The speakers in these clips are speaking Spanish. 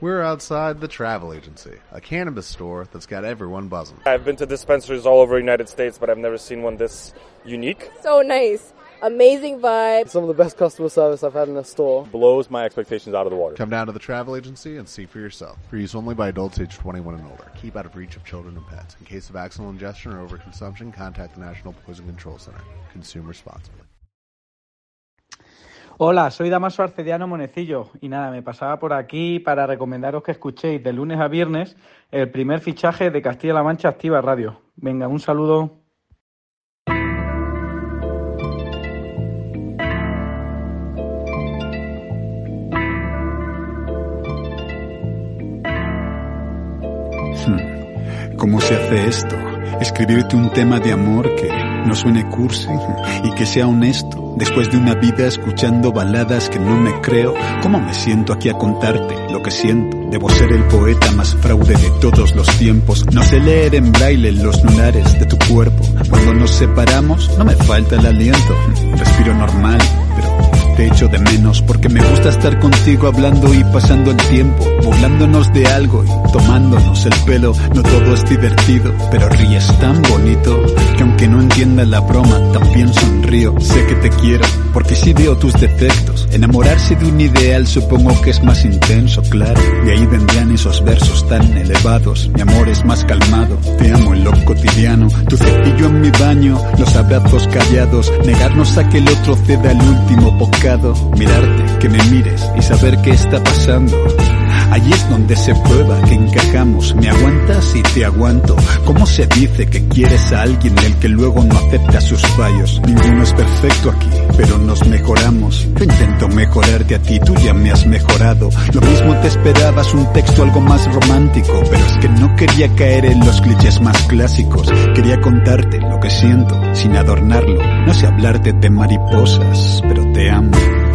We're outside the Travel Agency, a cannabis store that's got everyone buzzing. I've been to dispensaries all over the United States, but I've never seen one this unique. So nice. Amazing vibe. Some of the best customer service I've had in a store. Blows my expectations out of the water. Come down to the Travel Agency and see for yourself. For use only by adults age 21 and older. Keep out of reach of children and pets. In case of accidental ingestion or overconsumption, contact the National Poison Control Center. Consume responsibly. Hola, soy Damaso Arcediano Monecillo y nada, me pasaba por aquí para recomendaros que escuchéis de lunes a viernes el primer fichaje de Castilla-La Mancha Activa Radio. Venga, un saludo. ¿Cómo se hace esto? Escribirte un tema de amor que no suene cursi y que sea honesto. Después de una vida escuchando baladas que no me creo, ¿cómo me siento aquí a contarte lo que siento? Debo ser el poeta más fraude de todos los tiempos. No sé leer en braille los lunares de tu cuerpo. Cuando nos separamos no me falta el aliento. Respiro normal, pero te echo de menos porque me gusta estar contigo hablando y pasando el tiempo, burlándonos de algo y tomándonos el pelo. No todo es divertido, pero ríes tan bonito que aunque no entienda la broma, también sonrío. Sé que te quiero porque sí veo tus defectos. Enamorarse de un ideal supongo que es más intenso, claro. De ahí vendrán esos versos tan elevados. Mi amor es más calmado, te amo en lo cotidiano. Tu cepillo en mi baño, los abrazos callados. Negarnos a que el otro ceda el último bocado. Mirarte, que me mires y saber qué está pasando. Allí es donde se prueba que encajamos. Me aguantas y te aguanto. ¿Cómo se dice que quieres a alguien del que luego no acepta sus fallos? Ninguno es perfecto aquí, pero nos mejoramos. Yo intento mejorarte a ti, tú ya me has mejorado. Lo mismo te esperabas, un texto algo más romántico, pero es que no quería caer en los clichés más clásicos. Quería contarte lo que siento, sin adornarlo. No sé hablarte de mariposas, pero te amo.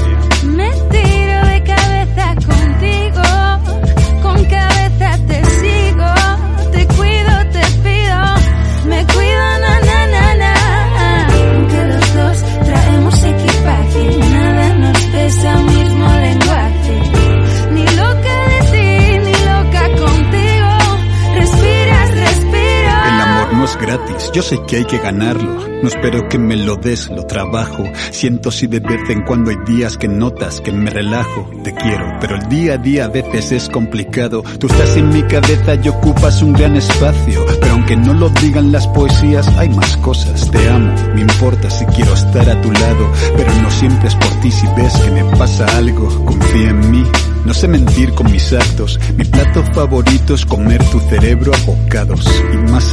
Me tiro de cabeza contigo, con cabeza te sigo, te cuido, te pido, me cuido, na na na na. Aunque los dos traemos equipaje, nada nos pesa el mismo lenguaje. Ni loca de ti, ni loca contigo, respiras, respiro. El amor no es gratis, yo sé que hay que ganarlo. No espero que me lo des, lo trabajo. Siento si de vez en cuando hay días que notas que me relajo. Te quiero, pero el día a día a veces es complicado. Tú estás en mi cabeza y ocupas un gran espacio. Pero aunque no lo digan las poesías, hay más cosas. Te amo, me importa si quiero estar a tu lado. Pero no siempre es por ti, si ves que me pasa algo. Confía en mí. No sé mentir con mis actos. Mi plato favorito es comer tu cerebro a bocados. Y más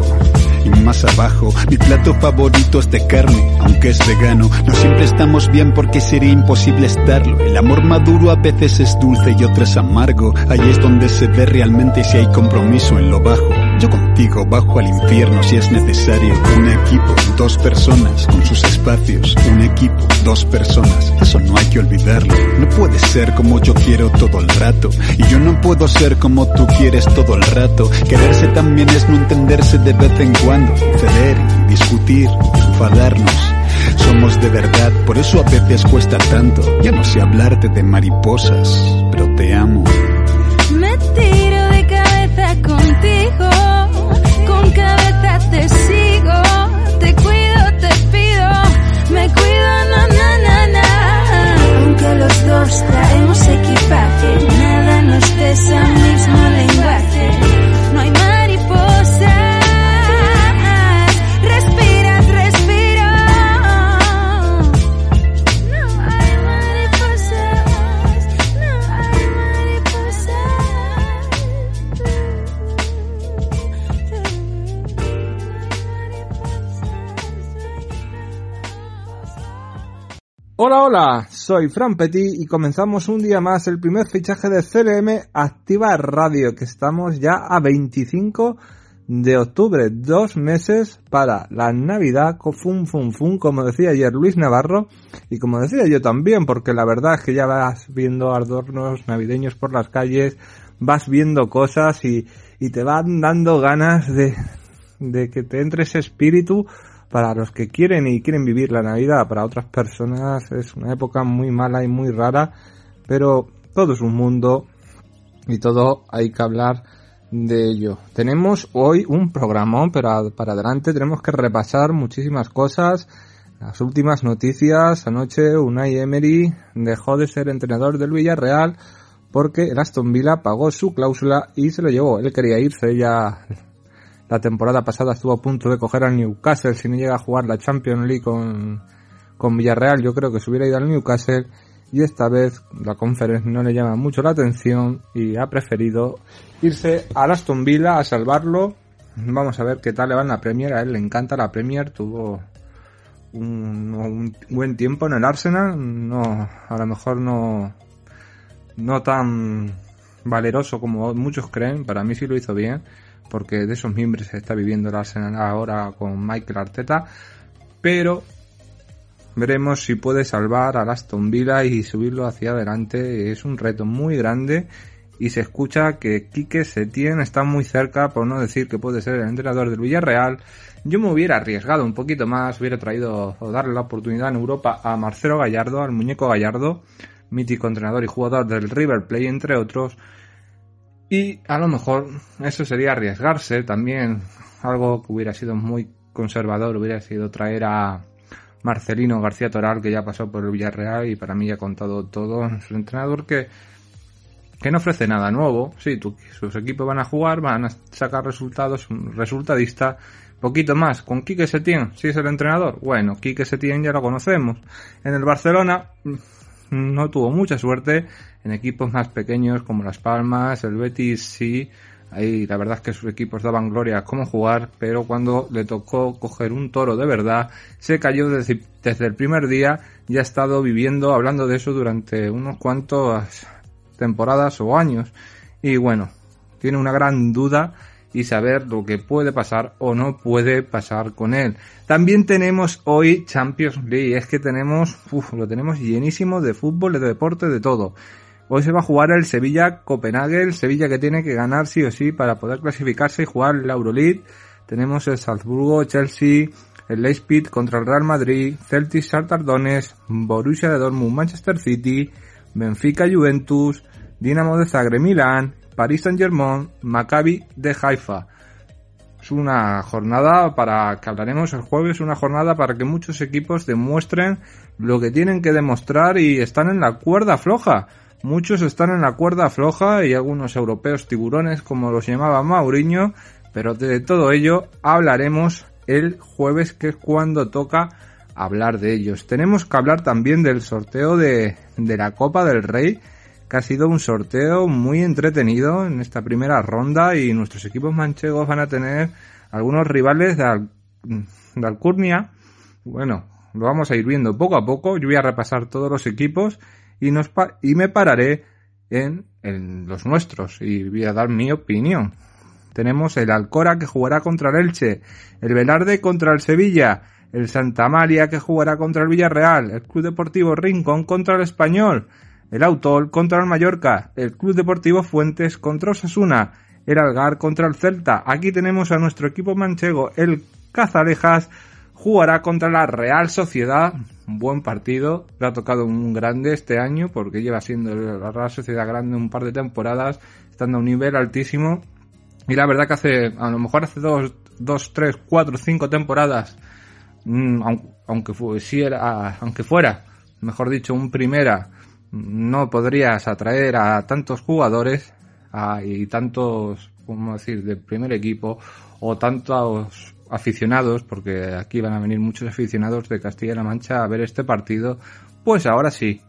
abajo, mi plato favorito es de carne, aunque es vegano. No siempre estamos bien porque sería imposible estarlo. El amor maduro a veces es dulce y otras amargo. Ahí es donde se ve realmente si hay compromiso en lo bajo. Yo contigo bajo al infierno si es necesario. Un equipo, 2 personas con sus espacios. Un equipo, 2 personas, eso no hay que olvidarlo. No puede ser como yo quiero todo el rato, y yo no puedo ser como tú quieres todo el rato. Quererse también es no entenderse de vez en cuando, ceder y discutir, enfadarnos. Somos de verdad, por eso a veces cuesta tanto. Yo no sé hablarte de mariposas, pero te amo. Me tiro de cabeza contigo, con cabeza te sigo, te cuido, te pido, me cuido, na na na na. Aunque los dos traemos equipaje, nada nos pesa el mismo lenguaje. No hay mariposas, respiras, respiro. No hay mariposas, no hay mariposas. Hola, hola, soy Fran Petit y comenzamos un día más el primer fichaje de CLM Activa Radio, que estamos ya a 25 de octubre, 2 meses para la Navidad, fum, como decía ayer Luis Navarro, y como decía yo también, porque la verdad es que ya vas viendo adornos navideños por las calles, vas viendo cosas y te van dando ganas de que te entre ese espíritu. Para los que quieren vivir la Navidad, para otras personas es una época muy mala y muy rara, pero todo es un mundo y todo hay que hablar de ello. Tenemos hoy un programón, pero para adelante tenemos que repasar muchísimas cosas. Las últimas noticias: anoche Unai Emery dejó de ser entrenador del Villarreal porque el Aston Villa pagó su cláusula y se lo llevó. Él quería irse, ya la temporada pasada estuvo a punto de coger al Newcastle. Si no llega a jugar la Champions League con Villarreal, yo creo que se hubiera ido al Newcastle, y esta vez la Conference no le llama mucho la atención y ha preferido irse al Aston Villa a salvarlo. Vamos a ver qué tal le va en la Premier. A él le encanta la Premier, tuvo un buen tiempo en el Arsenal, a lo mejor no tan valeroso como muchos creen. Para mí sí lo hizo bien, porque de esos miembros se está viviendo el Arsenal ahora con Mikel Arteta, pero veremos si puede salvar al Aston Villa y subirlo hacia adelante. Es un reto muy grande y se escucha que Quique Setién está muy cerca, por no decir que puede ser el entrenador del Villarreal. Yo me hubiera arriesgado un poquito más, hubiera traído o darle la oportunidad en Europa a Marcelo Gallardo, al muñeco Gallardo, mítico entrenador y jugador del River Plate, entre otros. Y a lo mejor eso sería arriesgarse. También algo que hubiera sido muy conservador hubiera sido traer a Marcelino García Toral, que ya pasó por el Villarreal y para mí ya ha contado todo. Es un entrenador que no ofrece nada nuevo. Sí, sus equipos van a jugar, van a sacar resultados, un resultadista, poquito más. Con Quique Setién, sí es el entrenador. Bueno, Quique Setién ya lo conocemos. En el Barcelona no tuvo mucha suerte. En equipos más pequeños como Las Palmas, el Betis, sí. Ahí la verdad es que sus equipos daban gloria a cómo jugar, pero cuando le tocó coger un toro de verdad, se cayó desde el primer día y ha estado hablando de eso durante unos cuantos temporadas o años. Y bueno, tiene una gran duda y saber lo que puede pasar o no puede pasar con él. También tenemos hoy Champions League. Es que lo tenemos llenísimo de fútbol, de deporte, de todo. Hoy se va a jugar el Sevilla-Copenhague, el Sevilla que tiene que ganar sí o sí para poder clasificarse y jugar la Euroleague. Tenemos el Salzburgo-Chelsea, el Leipzig contra el Real Madrid, Celtic-Shakhtar Donetsk, Borussia de Dortmund, Manchester City, Benfica-Juventus, Dinamo de Zagreb-Milán, Paris Saint-Germain, Maccabi de Haifa. Es una jornada para que hablaremos el jueves, una jornada para que muchos equipos demuestren lo que tienen que demostrar y están en la cuerda floja. Muchos están en la cuerda floja y algunos europeos tiburones, como los llamaba Mourinho, pero de todo ello hablaremos el jueves, que es cuando toca hablar de ellos. Tenemos que hablar también del sorteo de la Copa del Rey, que ha sido un sorteo muy entretenido en esta primera ronda y nuestros equipos manchegos van a tener algunos rivales de Alcurnia. Bueno, lo vamos a ir viendo poco a poco. Yo voy a repasar todos los equipos y me pararé en los nuestros y voy a dar mi opinión. Tenemos el Alcora, que jugará contra el Elche, el Velarde contra el Sevilla, el Santa Maria, que jugará contra el Villarreal, el Club Deportivo Rincón contra el Español, el Autol contra el Mallorca, el Club Deportivo Fuentes contra Osasuna, el Algar contra el Celta. Aquí tenemos a nuestro equipo manchego, el Cazalejas, jugará contra la Real Sociedad. Un buen partido, le ha tocado un grande este año porque lleva siendo la Real Sociedad grande un par de temporadas, estando a un nivel altísimo. Y la verdad que a lo mejor hace 2, 3, 4, 5 temporadas, aunque fuera, mejor dicho, un primera, no podrías atraer a tantos jugadores y tantos, ¿cómo decir?, de primer equipo o tantos aficionados, porque aquí van a venir muchos aficionados de Castilla-La Mancha a ver este partido. Pues ahora sí,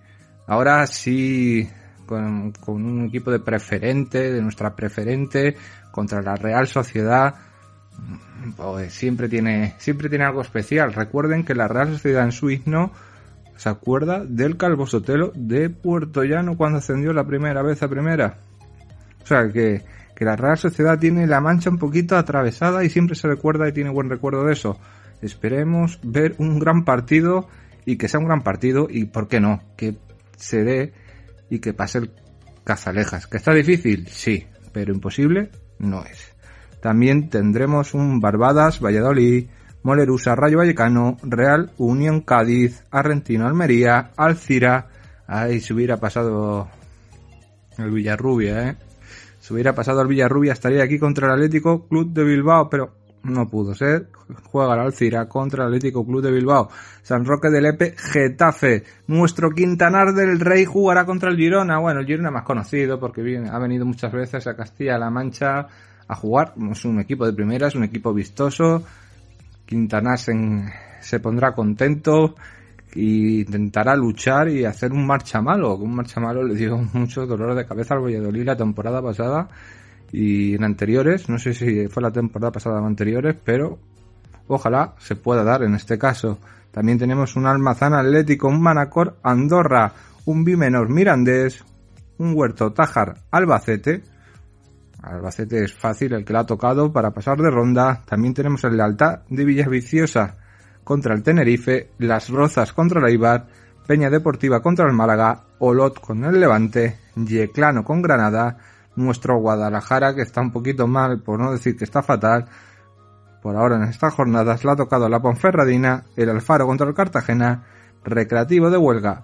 con un equipo de nuestra preferente, contra la Real Sociedad, pues siempre tiene algo especial. Recuerden que la Real Sociedad en su himno se acuerda del Calvo Sotelo de Puerto Llano cuando ascendió la primera vez a primera. O sea que la Real Sociedad tiene la mancha un poquito atravesada y siempre se recuerda y tiene buen recuerdo de eso. Esperemos ver un gran partido y que sea un gran partido y, ¿por qué no?, que se dé y que pase el Cazalejas. ¿Que está difícil? Sí, pero imposible no es. También tendremos un Barbadas, Valladolid, Mollerussa, Rayo Vallecano, Real Unión Cádiz, Argentino Almería, Alcira. Ahí se hubiera pasado el Villarrubia, Si hubiera pasado al Villarrubia estaría aquí contra el Atlético Club de Bilbao, pero no pudo ser. Juega el Alcira contra el Atlético Club de Bilbao. San Roque del Epe, Getafe. Nuestro Quintanar del Rey jugará contra el Girona. Bueno, el Girona más conocido porque ha venido muchas veces a Castilla-La Mancha a jugar. Es un equipo de primera, es un equipo vistoso. Quintanar se pondrá contento e intentará luchar y hacer un marchamalo. Un marchamalo le dio mucho dolor de cabeza al Valladolid la temporada pasada y en anteriores. No sé si fue la temporada pasada o anteriores, pero ojalá se pueda dar en este caso. También tenemos un Almazán Atlético, un Manacor Andorra, un Bimenor Mirandés, un Huerto Tájar Albacete. Albacete es fácil el que le ha tocado para pasar de ronda. También tenemos el Lealtad de Villaviciosa contra el Tenerife, Las Rozas contra el Eibar, Peña Deportiva contra el Málaga, Olot con el Levante, Yeclano con Granada, nuestro Guadalajara, que está un poquito mal, por no decir que está fatal. Por ahora en estas jornadas le ha tocado la Ponferradina, el Alfaro contra el Cartagena, Recreativo de Huelva,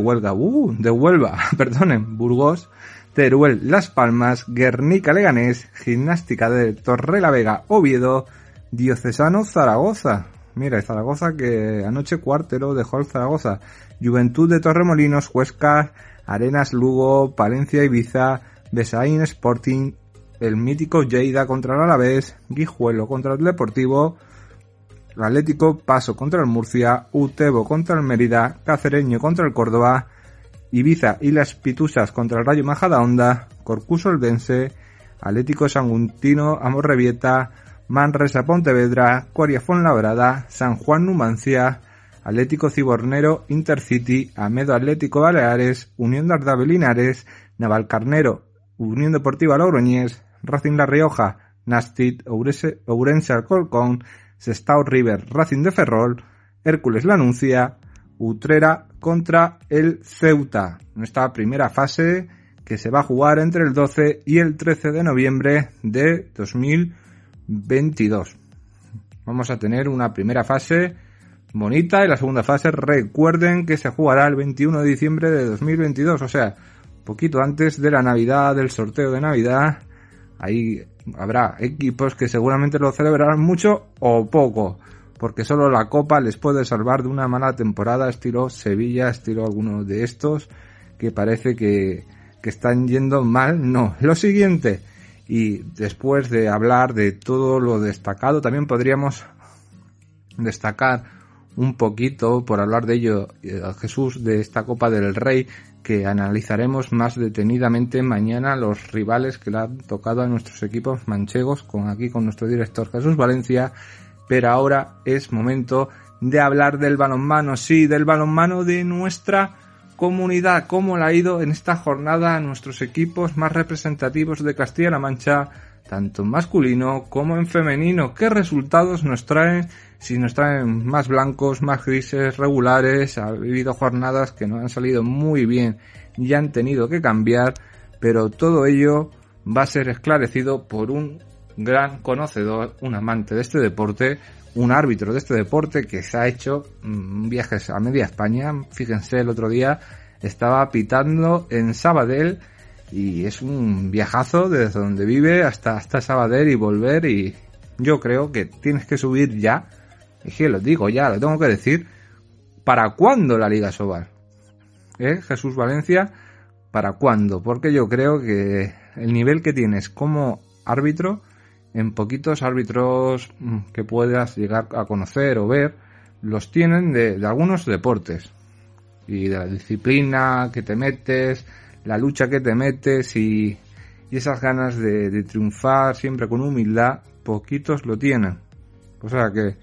Burgos, Teruel Las Palmas, Guernica Leganés, Gimnástica de Torrelavega Oviedo, Diocesano Zaragoza. Mira, Zaragoza que anoche Cuartero dejó el Zaragoza. Juventud de Torremolinos, Huesca, Arenas Lugo, Palencia Ibiza, Besaín Sporting, el mítico Lleida contra el Alavés, Guijuelo contra el Deportivo, Atlético Paso contra el Murcia, Utebo contra el Mérida, Cacereño contra el Córdoba, Ibiza y las Pitusas contra el Rayo Majadahonda, Corcuso Eldense, Atlético Sanguntino Amorrebieta, Manresa Pontevedra, Coria Fuenlabrada, San Juan Numancia, Atlético Cibornero Intercity, Amedo Atlético Baleares, Unión de Ardabe Linares, Navalcarnero, Unión Deportiva Logroñés, Racing La Rioja, Nastic, Ourense Alcorcón, Sestao River, Racing de Ferrol, Hércules La Nuncia, Utrera contra el Ceuta. Nuestra primera fase que se va a jugar entre el 12 y el 13 de noviembre de 2022. Vamos a tener una primera fase bonita y la segunda fase, recuerden que se jugará el 21 de diciembre de 2022, o sea, poquito antes de la Navidad, del sorteo de Navidad. Ahí habrá equipos que seguramente lo celebrarán mucho o poco, porque solo la Copa les puede salvar de una mala temporada, estilo Sevilla, estilo alguno de estos, que parece que están yendo mal. No, lo siguiente, y después de hablar de todo lo destacado, también podríamos destacar un poquito, por hablar de ello, Jesús, de esta Copa del Rey, que analizaremos más detenidamente mañana los rivales que le han tocado a nuestros equipos manchegos, con nuestro director Jesús Valencia. Pero ahora es momento de hablar del balonmano, sí, del balonmano de nuestra comunidad, cómo le ha ido en esta jornada a nuestros equipos más representativos de Castilla-La Mancha, tanto en masculino como en femenino. ¿Qué resultados nos traen? Si nos traen más blancos, más grises, regulares. Ha habido jornadas que no han salido muy bien y han tenido que cambiar, pero todo ello va a ser esclarecido por un gran conocedor, un amante de este deporte, un árbitro de este deporte que se ha hecho viajes a media España. Fíjense, el otro día estaba pitando en Sabadell y es un viajazo desde donde vive hasta Sabadell y volver, y yo creo que tienes que subir ya. Es que lo digo ya, lo tengo que decir. ¿Para cuándo la Liga Asobal? Jesús Valencia, ¿para cuándo? Porque yo creo que el nivel que tienes como árbitro, en poquitos árbitros que puedas llegar a conocer o ver, los tienen de algunos deportes. Y de la disciplina que te metes, la lucha que te metes y esas ganas de triunfar siempre con humildad, poquitos lo tienen. O sea que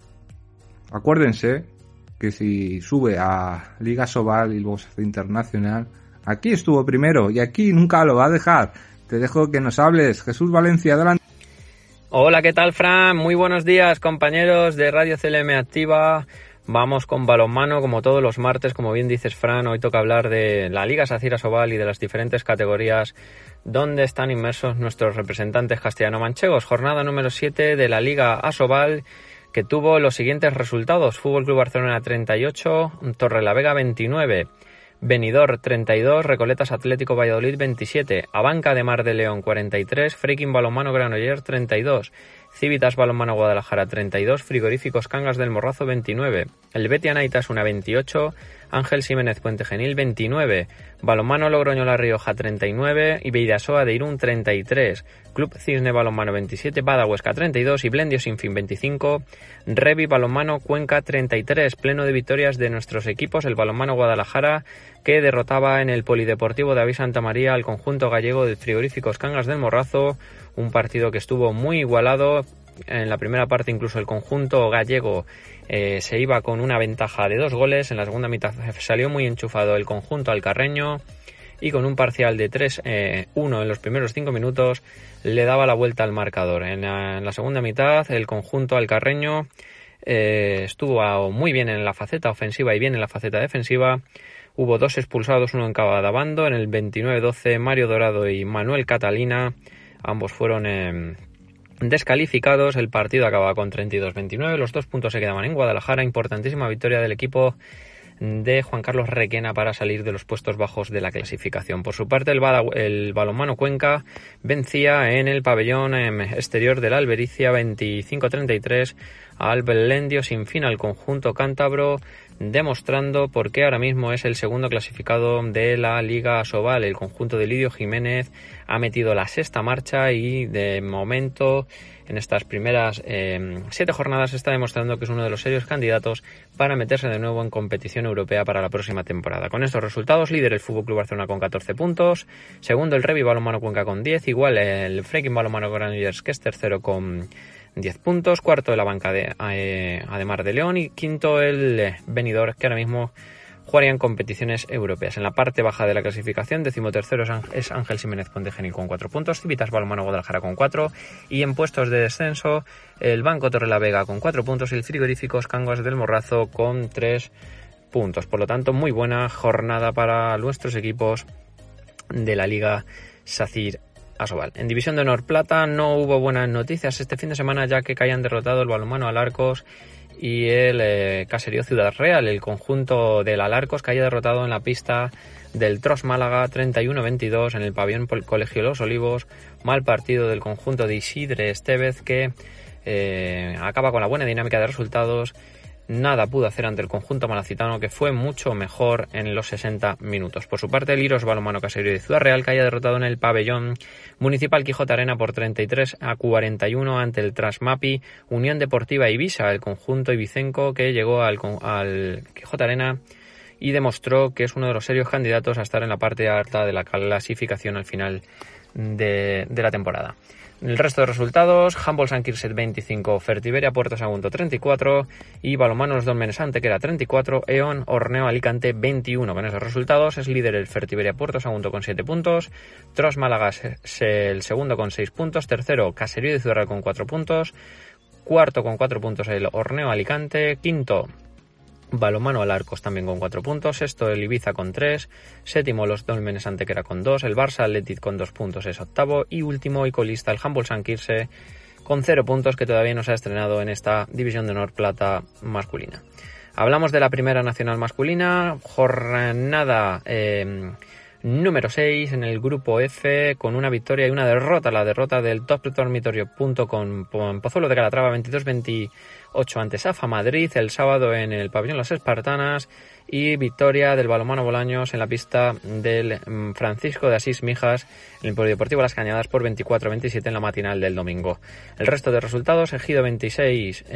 acuérdense que si sube a Liga Asobal y luego se hace internacional, aquí estuvo primero y aquí nunca lo va a dejar. Te dejo que nos hables, Jesús Valencia, adelante. Hola, ¿qué tal, Fran? Muy buenos días, compañeros de Radio CLM Activa. Vamos con balonmano, como todos los martes, como bien dices, Fran. Hoy toca hablar de la Liga SACIR Asobal y de las diferentes categorías donde están inmersos nuestros representantes castellano-manchegos. Jornada número 7 de la Liga Asobal, que tuvo los siguientes resultados: Fútbol Club Barcelona 38, Torrelavega 29, Benidorm 32, Recoletas Atlético Valladolid 27, Abanca de Mar de León 43, Freiking Balonmano Granollers 32, Civitas Balonmano Guadalajara 32, Frigoríficos Cangas del Morrazo 29, el Betia Naitasuna 28, Ángel Ximénez Puente Genil 29, Balonmano Logroño La Rioja 39 y Bidasoa de Irún 33, Club Cisne Balonmano 27, Bada Huesca 32 y Blendio Sinfín 25, Revi Balonmano Cuenca 33, pleno de victorias de nuestros equipos, el Balonmano Guadalajara que derrotaba en el Polideportivo David Santa María al conjunto gallego de Frigoríficos Cangas del Morrazo, un partido que estuvo muy igualado. En la primera parte incluso el conjunto gallego se iba con una ventaja de 2 goles, en la segunda mitad salió muy enchufado el conjunto alcarreño y con un parcial de 3-1 en los primeros 5 minutos le daba la vuelta al marcador. En la segunda mitad el conjunto alcarreño estuvo muy bien en la faceta ofensiva y bien en la faceta defensiva. Hubo 2 expulsados, uno en cada bando. En el 29-12 Mario Dorado y Manuel Catalina, ambos fueron descalificados. El partido acababa con 32-29, los 2 puntos se quedaban en Guadalajara. Importantísima victoria del equipo de Juan Carlos Requena para salir de los puestos bajos de la clasificación. Por su parte el Balonmano Cuenca vencía en el pabellón exterior de la Albericia 25-33 al Blendio Sinfín, al conjunto cántabro, demostrando por qué ahora mismo es el segundo clasificado de la Liga Asobal. El conjunto de Lidio Jiménez ha metido la 6ª marcha y de momento en estas primeras 7 jornadas está demostrando que es uno de los serios candidatos para meterse de nuevo en competición europea para la próxima temporada. Con estos resultados, líder el FC Barcelona con 14 puntos, segundo el Revi Balonmano Cuenca con 10, igual el Freiking Balonmano Granollers, que es tercero con 10 puntos, cuarto el Abanca de Mar de León y quinto el Benidorm, que ahora mismo jugaría en competiciones europeas. En la parte baja de la clasificación, 13º es Ángel Ximénez Puente Genil con 4 puntos, Civitas Balonmano Guadalajara con 4 y en puestos de descenso el Banco Torrelavega con 4 puntos y el Frigoríficos Cangas del Morrazo con 3 puntos. Por lo tanto, muy buena jornada para nuestros equipos de la Liga SACIR Asobal. En División de Honor Plata no hubo buenas noticias este fin de semana, ya que caían derrotado el Balonmano Alarcos y el Caserío Ciudad Real. El conjunto del Alarcos caía derrotado en la pista del Tros Málaga 31-22 en el pabellón Colegio Los Olivos. Mal partido del conjunto de Isidre Estevez, que acaba con la buena dinámica de resultados. Nada pudo hacer ante el conjunto malacitano, que fue mucho mejor en los 60 minutos. Por su parte, el Iros Balonmano Caserío de Ciudad Real caía derrotado en el pabellón municipal Quijote Arena por 33-41 ante el Transmapi Unión Deportiva Ibiza, el conjunto ibicenco que llegó al Quijote Arena y demostró que es uno de los serios candidatos a estar en la parte alta de la clasificación al final de la temporada. El resto de resultados: Humboldt San Quirze 25, Fertiberia Puerto Sagunto 34 y Balonmano Los Dólmenes Antequera 34, Eón Horneo Alicante 21. Con esos resultados es líder el Fertiberia Puerto Sagunto con 7 puntos, Tros Málaga es el segundo con 6 puntos, tercero Caserío de Ciudad Real con 4 puntos, cuarto con 4 puntos el Horneo Alicante, quinto Balonmano Alarcos también con 4 puntos, sexto el Ibiza con 3, séptimo Los Dólmenes Antequera con 2, el Barça Athletic con 2 puntos es octavo y último y colista el Humboldt San Quirze con 0 puntos, que todavía no se ha estrenado en esta División de Honor Plata masculina. Hablamos de la Primera Nacional masculina, jornada número 6 en el grupo F, con una victoria y una derrota. La derrota del Top Dormitorio con Pozuelo de Calatrava 22-28 ante Safa Madrid el sábado en el pabellón Las Espartanas, y victoria del Balonmano Bolaños en la pista del Francisco de Asís Mijas en el Polideportivo Las Cañadas por 24-27 en la matinal del domingo. El resto de resultados: Ejido 26,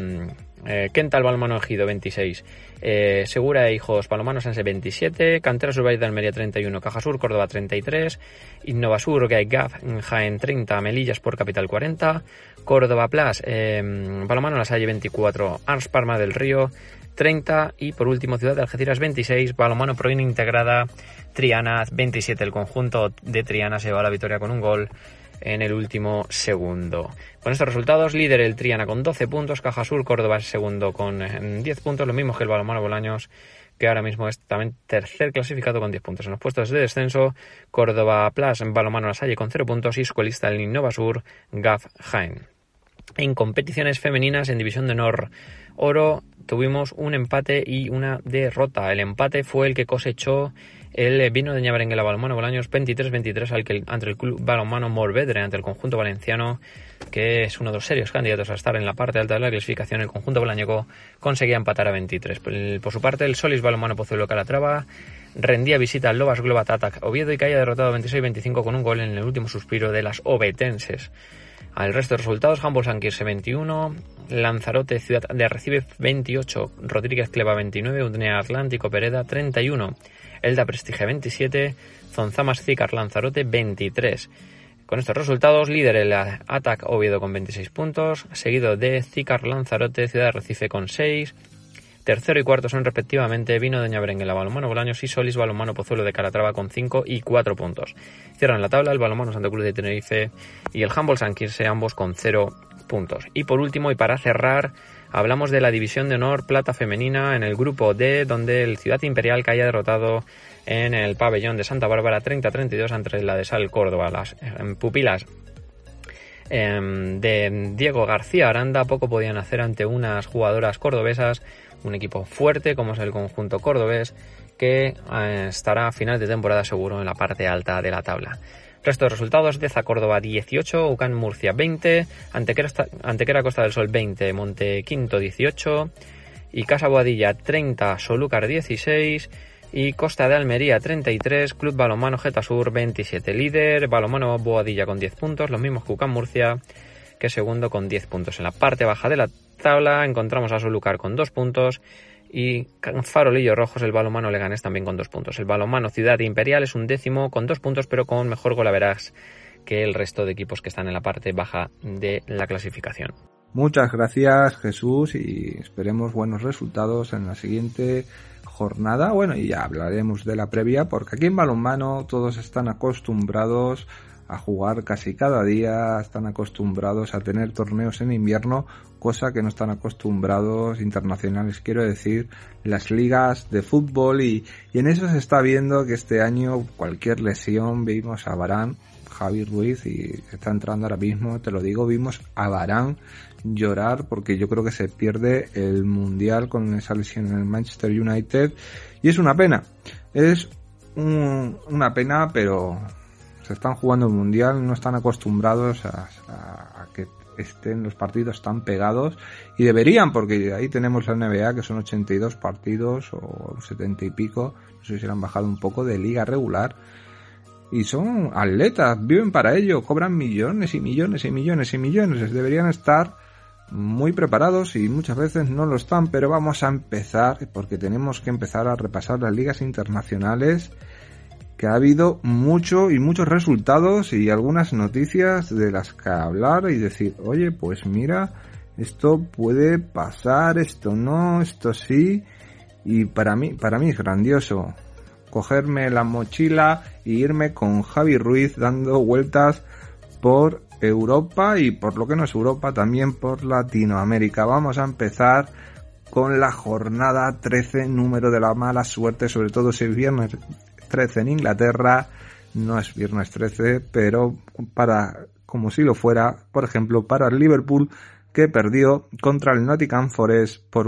Kental Balonmano Ejido 26, Segura e Hijos Balonmano Sanse 27, Cantera Sur Valle de Almería 31, Cajasur Córdoba 33, Innovasur Gaigaf Jaén 30, Melillas por Capital 40, Córdoba Plus Balonmano La Salle 24, Ars Parma del Río 30 y por último Ciudad de Algeciras 26, Balonmano Proin Integrada Triana 27. El conjunto de Triana se lleva la victoria con un gol en el último segundo. Con estos resultados, líder el Triana con 12 puntos, Cajasur Córdoba es segundo con 10 puntos, lo mismo que el Balonmano Bolaños, que ahora mismo es también tercer clasificado con 10 puntos. En los puestos de descenso, Córdoba Plus Balonmano La Salle con 0 puntos y su colista el Innovasur Gaf Jaén. En competiciones femeninas en División de Honor Oro tuvimos un empate y una derrota. El empate fue el que cosechó el Vino de Berenguela Balonmano Bolaños 23-23 ante el Club Balonmano Morvedre, ante el conjunto valenciano, que es uno de los serios candidatos a estar en la parte alta de la clasificación. El conjunto bolañeco conseguía empatar a 23. Por su parte, el Solis Balonmano Pozuelo Calatrava rendía visita al Lobas Globat Attack Oviedo y caía derrotado 26-25 con un gol en el último suspiro de las obetenses. Al resto de resultados, Humboldt Sanquirse 21, Lanzarote Ciudad de Arrecife 28, Rodríguez Cleva 29, Udnea Atlántico Pereda 31, Elda Prestige 27, Zonzamas Cícar Lanzarote 23. Con estos resultados, líder el Attack Oviedo con 26 puntos, seguido de Cícar Lanzarote Ciudad de Arrecife con 6. Tercero y cuarto son respectivamente Vino de Berenguela Balonmano Bolaños y Solis Balonmano Pozuelo de Calatrava con 5 y 4 puntos. Cierran la tabla el Balonmano Santa Cruz de Tenerife y el Humboldt Sanquirse, ambos con 0 puntos. Y por último, y para cerrar, hablamos de la División de Honor Plata Femenina en el grupo D, donde el Ciudad Imperial caía derrotado en el pabellón de Santa Bárbara 30-32 ante la de Sal Córdoba. Las pupilas de Diego García Aranda poco podían hacer ante unas jugadoras cordobesas, un equipo fuerte como es el conjunto cordobés, que estará a final de temporada seguro en la parte alta de la tabla. Resto de resultados: Deza Córdoba 18, UCAN Murcia 20, Antequera Costa del Sol 20, Montequinto 18, y Casa Boadilla 30, Solúcar 16 y Costa de Almería 33, Club Balonmano Getasur 27. Líder Balonmano Boadilla con 10 puntos, los mismos que UCAN Murcia, que segundo con 10 puntos. En la parte baja de la tabla encontramos a Solúcar con 2 puntos y Farolillo Rojos, el Balonmano Leganés, también con 2 puntos. El Balonmano Ciudad Imperial es un décimo con 2 puntos, pero con mejor golaveraje que el resto de equipos que están en la parte baja de la clasificación. Muchas gracias, Jesús, y esperemos buenos resultados en la siguiente jornada. Bueno, y ya hablaremos de la previa, porque aquí en balonmano todos están acostumbrados a jugar casi cada día, están acostumbrados a tener torneos en invierno, cosa que no están acostumbrados internacionales, quiero decir, las ligas de fútbol, y en eso se está viendo que este año cualquier lesión, vimos a Varane, Javi Ruiz, y está entrando ahora mismo, te lo digo, vimos a Varane llorar porque yo creo que se pierde el Mundial con esa lesión en el Manchester United, y es una pena, una pena, pero se están jugando el Mundial, no están acostumbrados a que estén los partidos tan pegados, y deberían, porque ahí tenemos la NBA, que son 82 partidos o 70 y pico, no sé si se han bajado un poco, de liga regular, y son atletas, viven para ello, cobran millones y millones y millones y millones, deberían estar muy preparados y muchas veces no lo están. Pero vamos a empezar, porque tenemos que empezar a repasar las ligas internacionales, que ha habido muchos resultados y algunas noticias de las que hablar y decir, oye, pues mira, esto puede pasar, esto no, esto sí, y para mí es grandioso cogerme la mochila e irme con Javi Ruiz dando vueltas por Europa, y por lo que no es Europa, también por Latinoamérica. Vamos a empezar con la jornada 13, número de la mala suerte, sobre todo si es viernes 13 en Inglaterra. No es viernes 13, pero como si lo fuera, por ejemplo, para el Liverpool, que perdió contra el Nottingham Forest por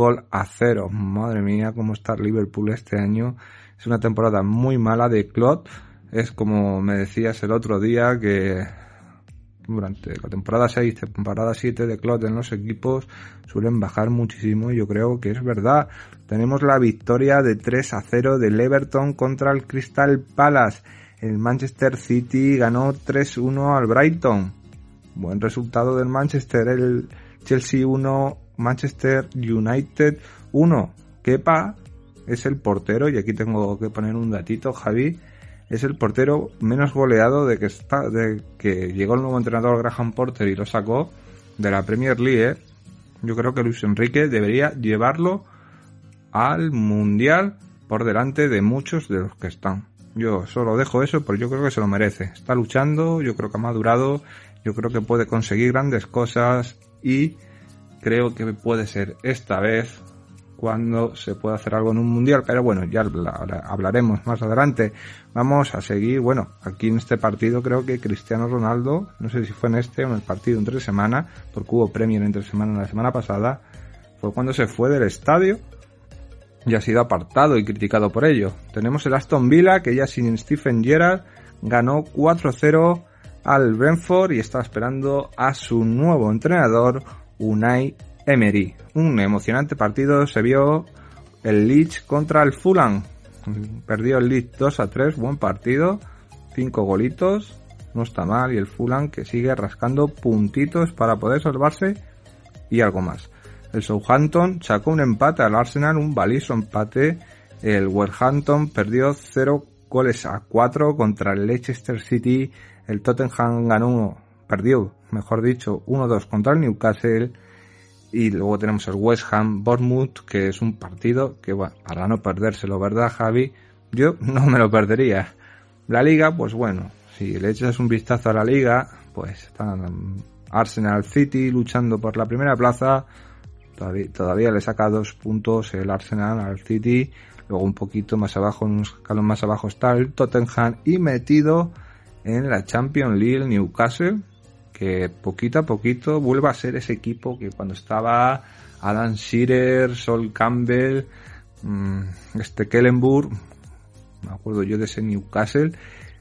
1-0. Madre mía, cómo está el Liverpool este año. Es una temporada muy mala de Klopp. Es como me decías el otro día, que durante la temporada 6, temporada 7 de Klopp en los equipos suelen bajar muchísimo, y yo creo que es verdad. Tenemos la victoria de 3-0 del Everton contra el Crystal Palace. El Manchester City ganó 3-1 al Brighton. Buen resultado del Manchester. El Chelsea 1, Manchester United 1. Kepa es el portero, y aquí tengo que poner un datito, Javi. Es el portero menos goleado de que llegó el nuevo entrenador Graham Potter y lo sacó de la Premier League. Yo creo que Luis Enrique debería llevarlo al Mundial por delante de muchos de los que están. Yo solo dejo eso, porque yo creo que se lo merece. Está luchando, yo creo que ha madurado, yo creo que puede conseguir grandes cosas, y creo que puede ser esta vez cuándo se puede hacer algo en un mundial, pero bueno, ya hablaremos más adelante. Vamos a seguir, bueno, aquí en este partido creo que Cristiano Ronaldo, no sé si fue en este o en el partido entre semana, porque hubo Premier entre semana la semana pasada, fue cuando se fue del estadio y ha sido apartado y criticado por ello. Tenemos el Aston Villa, que ya sin Steven Gerrard ganó 4-0 al Brentford y está esperando a su nuevo entrenador, Unai Emery. Un emocionante partido se vio el Leeds contra el Fulham. Perdió el Leeds 2-3, buen partido, 5 golitos, no está mal, y el Fulham que sigue rascando puntitos para poder salvarse y algo más. El Southampton sacó un empate al Arsenal, un valioso empate. El Wolverhampton perdió 0-4 contra el Leicester City. El Tottenham perdió 1-2 contra el Newcastle. Y luego tenemos el West Ham Bournemouth, que es un partido que, bueno, para no perdérselo, ¿verdad, Javi? Yo no me lo perdería. La Liga, pues bueno, si le echas un vistazo a la Liga, pues están Arsenal City luchando por la primera plaza. Todavía le saca 2 puntos el Arsenal al City. Luego un poquito más abajo, en un escalón más abajo, está el Tottenham. Y metido en la Champions League el Newcastle, que poquito a poquito vuelve a ser ese equipo que cuando estaba Alan Shearer, Sol Campbell, Kellenburg, me acuerdo yo de ese Newcastle.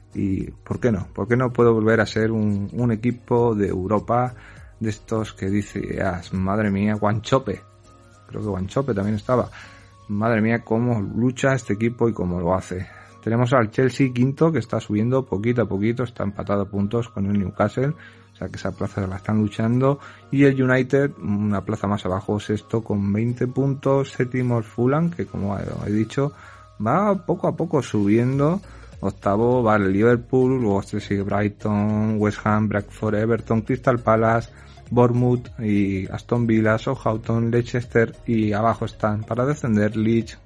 Y ¿por qué no? ¿Por qué no puedo volver a ser un equipo de Europa de estos que dices, madre mía, Guanchope? Creo que Guanchope también estaba. Madre mía, cómo lucha este equipo y cómo lo hace. Tenemos al Chelsea quinto, que está subiendo poquito a poquito, está empatado a puntos con el Newcastle, o sea que esa plaza la están luchando. Y el United, una plaza más abajo, sexto con 20 puntos, séptimo el Fulham, que como he dicho, va poco a poco subiendo. Octavo va el Liverpool, luego sigue Brighton, West Ham, Bradford, Everton, Crystal Palace, Bournemouth y Aston Villa, Southampton, Leicester, y abajo están para descender Leeds,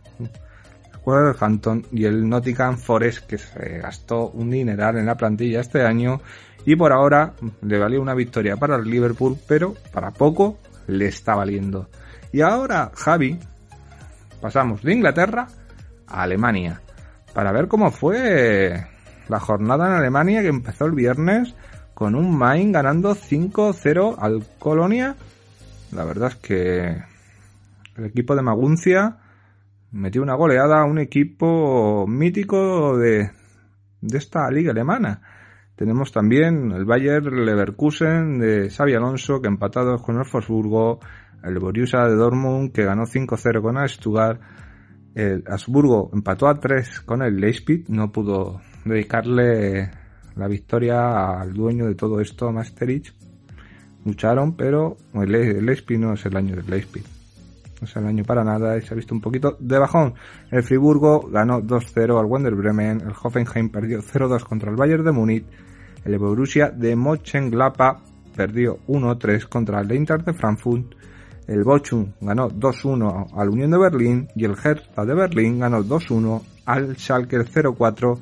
Wolverhampton y el Nottingham Forest, que se gastó un dineral en la plantilla este año y por ahora le valió una victoria para el Liverpool, pero para poco le está valiendo. Y ahora, Javi, pasamos de Inglaterra a Alemania para ver cómo fue la jornada en Alemania, que empezó el viernes con un Mainz ganando 5-0 al Colonia. La verdad es que el equipo de Maguncia metió una goleada a un equipo mítico de esta liga alemana. Tenemos también el Bayer Leverkusen de Xabi Alonso, que empatados con el Wolfsburgo, el Borussia de Dortmund, que ganó 5-0 con el Stuttgart. El Habsburgo empató a 3 con el Leipzig, no pudo dedicarle la victoria al dueño de todo esto, Maastricht. Lucharon, pero el Leipzig no es el año del Leipzig. No es el año para nada y se ha visto un poquito de bajón. El Friburgo ganó 2-0 al Werder Bremen. El Hoffenheim perdió 0-2 contra el Bayern de Múnich. El Borussia de Mönchengladbach perdió 1-3 contra el Eintracht de Frankfurt. El Bochum ganó 2-1 al Unión de Berlín y el Hertha de Berlín ganó 2-1 al Schalke 0-4,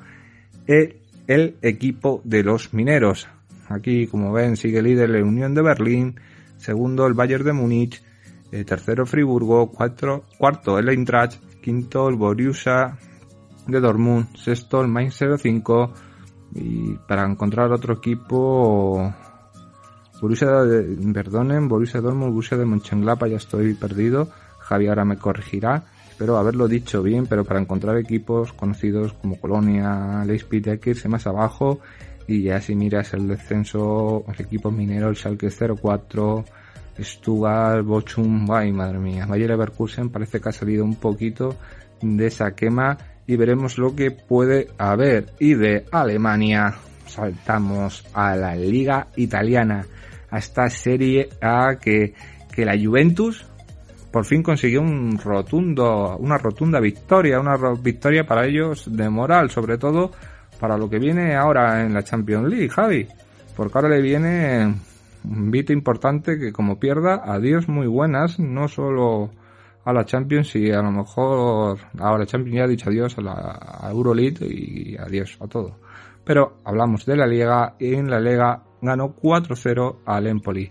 el equipo de los mineros. Aquí, como ven, sigue líder la Unión de Berlín, segundo el Bayern de Múnich, tercero Friburgo, cuarto el Eintracht, quinto el Borussia de Dortmund, sexto el Mainz 05, y para encontrar otro equipo, Borussia Dortmund, Borussia de Mönchengladbach, ya estoy perdido. Javi ahora me corregirá, espero haberlo dicho bien, pero para encontrar equipos conocidos como Colonia, Leipzig, hay que irse más abajo, y ya si miras el descenso, el equipo minero, el Schalke 04, Stuttgart, Bochum, ay madre mía, Bayer Leverkusen parece que ha salido un poquito de esa quema, y veremos lo que puede haber. Y de Alemania saltamos a la Liga Italiana, a esta Serie A que la Juventus por fin consiguió una rotunda victoria, una victoria para ellos de moral, sobre todo para lo que viene ahora en la Champions League, Javi, porque ahora le viene un vito importante que como pierda, adiós muy buenas, no solo a la Champions, y a lo mejor ahora Champions ya ha dicho adiós a Euroleague y adiós a todo. Pero hablamos de la Liga, y en la Liga ganó 4-0 al Empoli.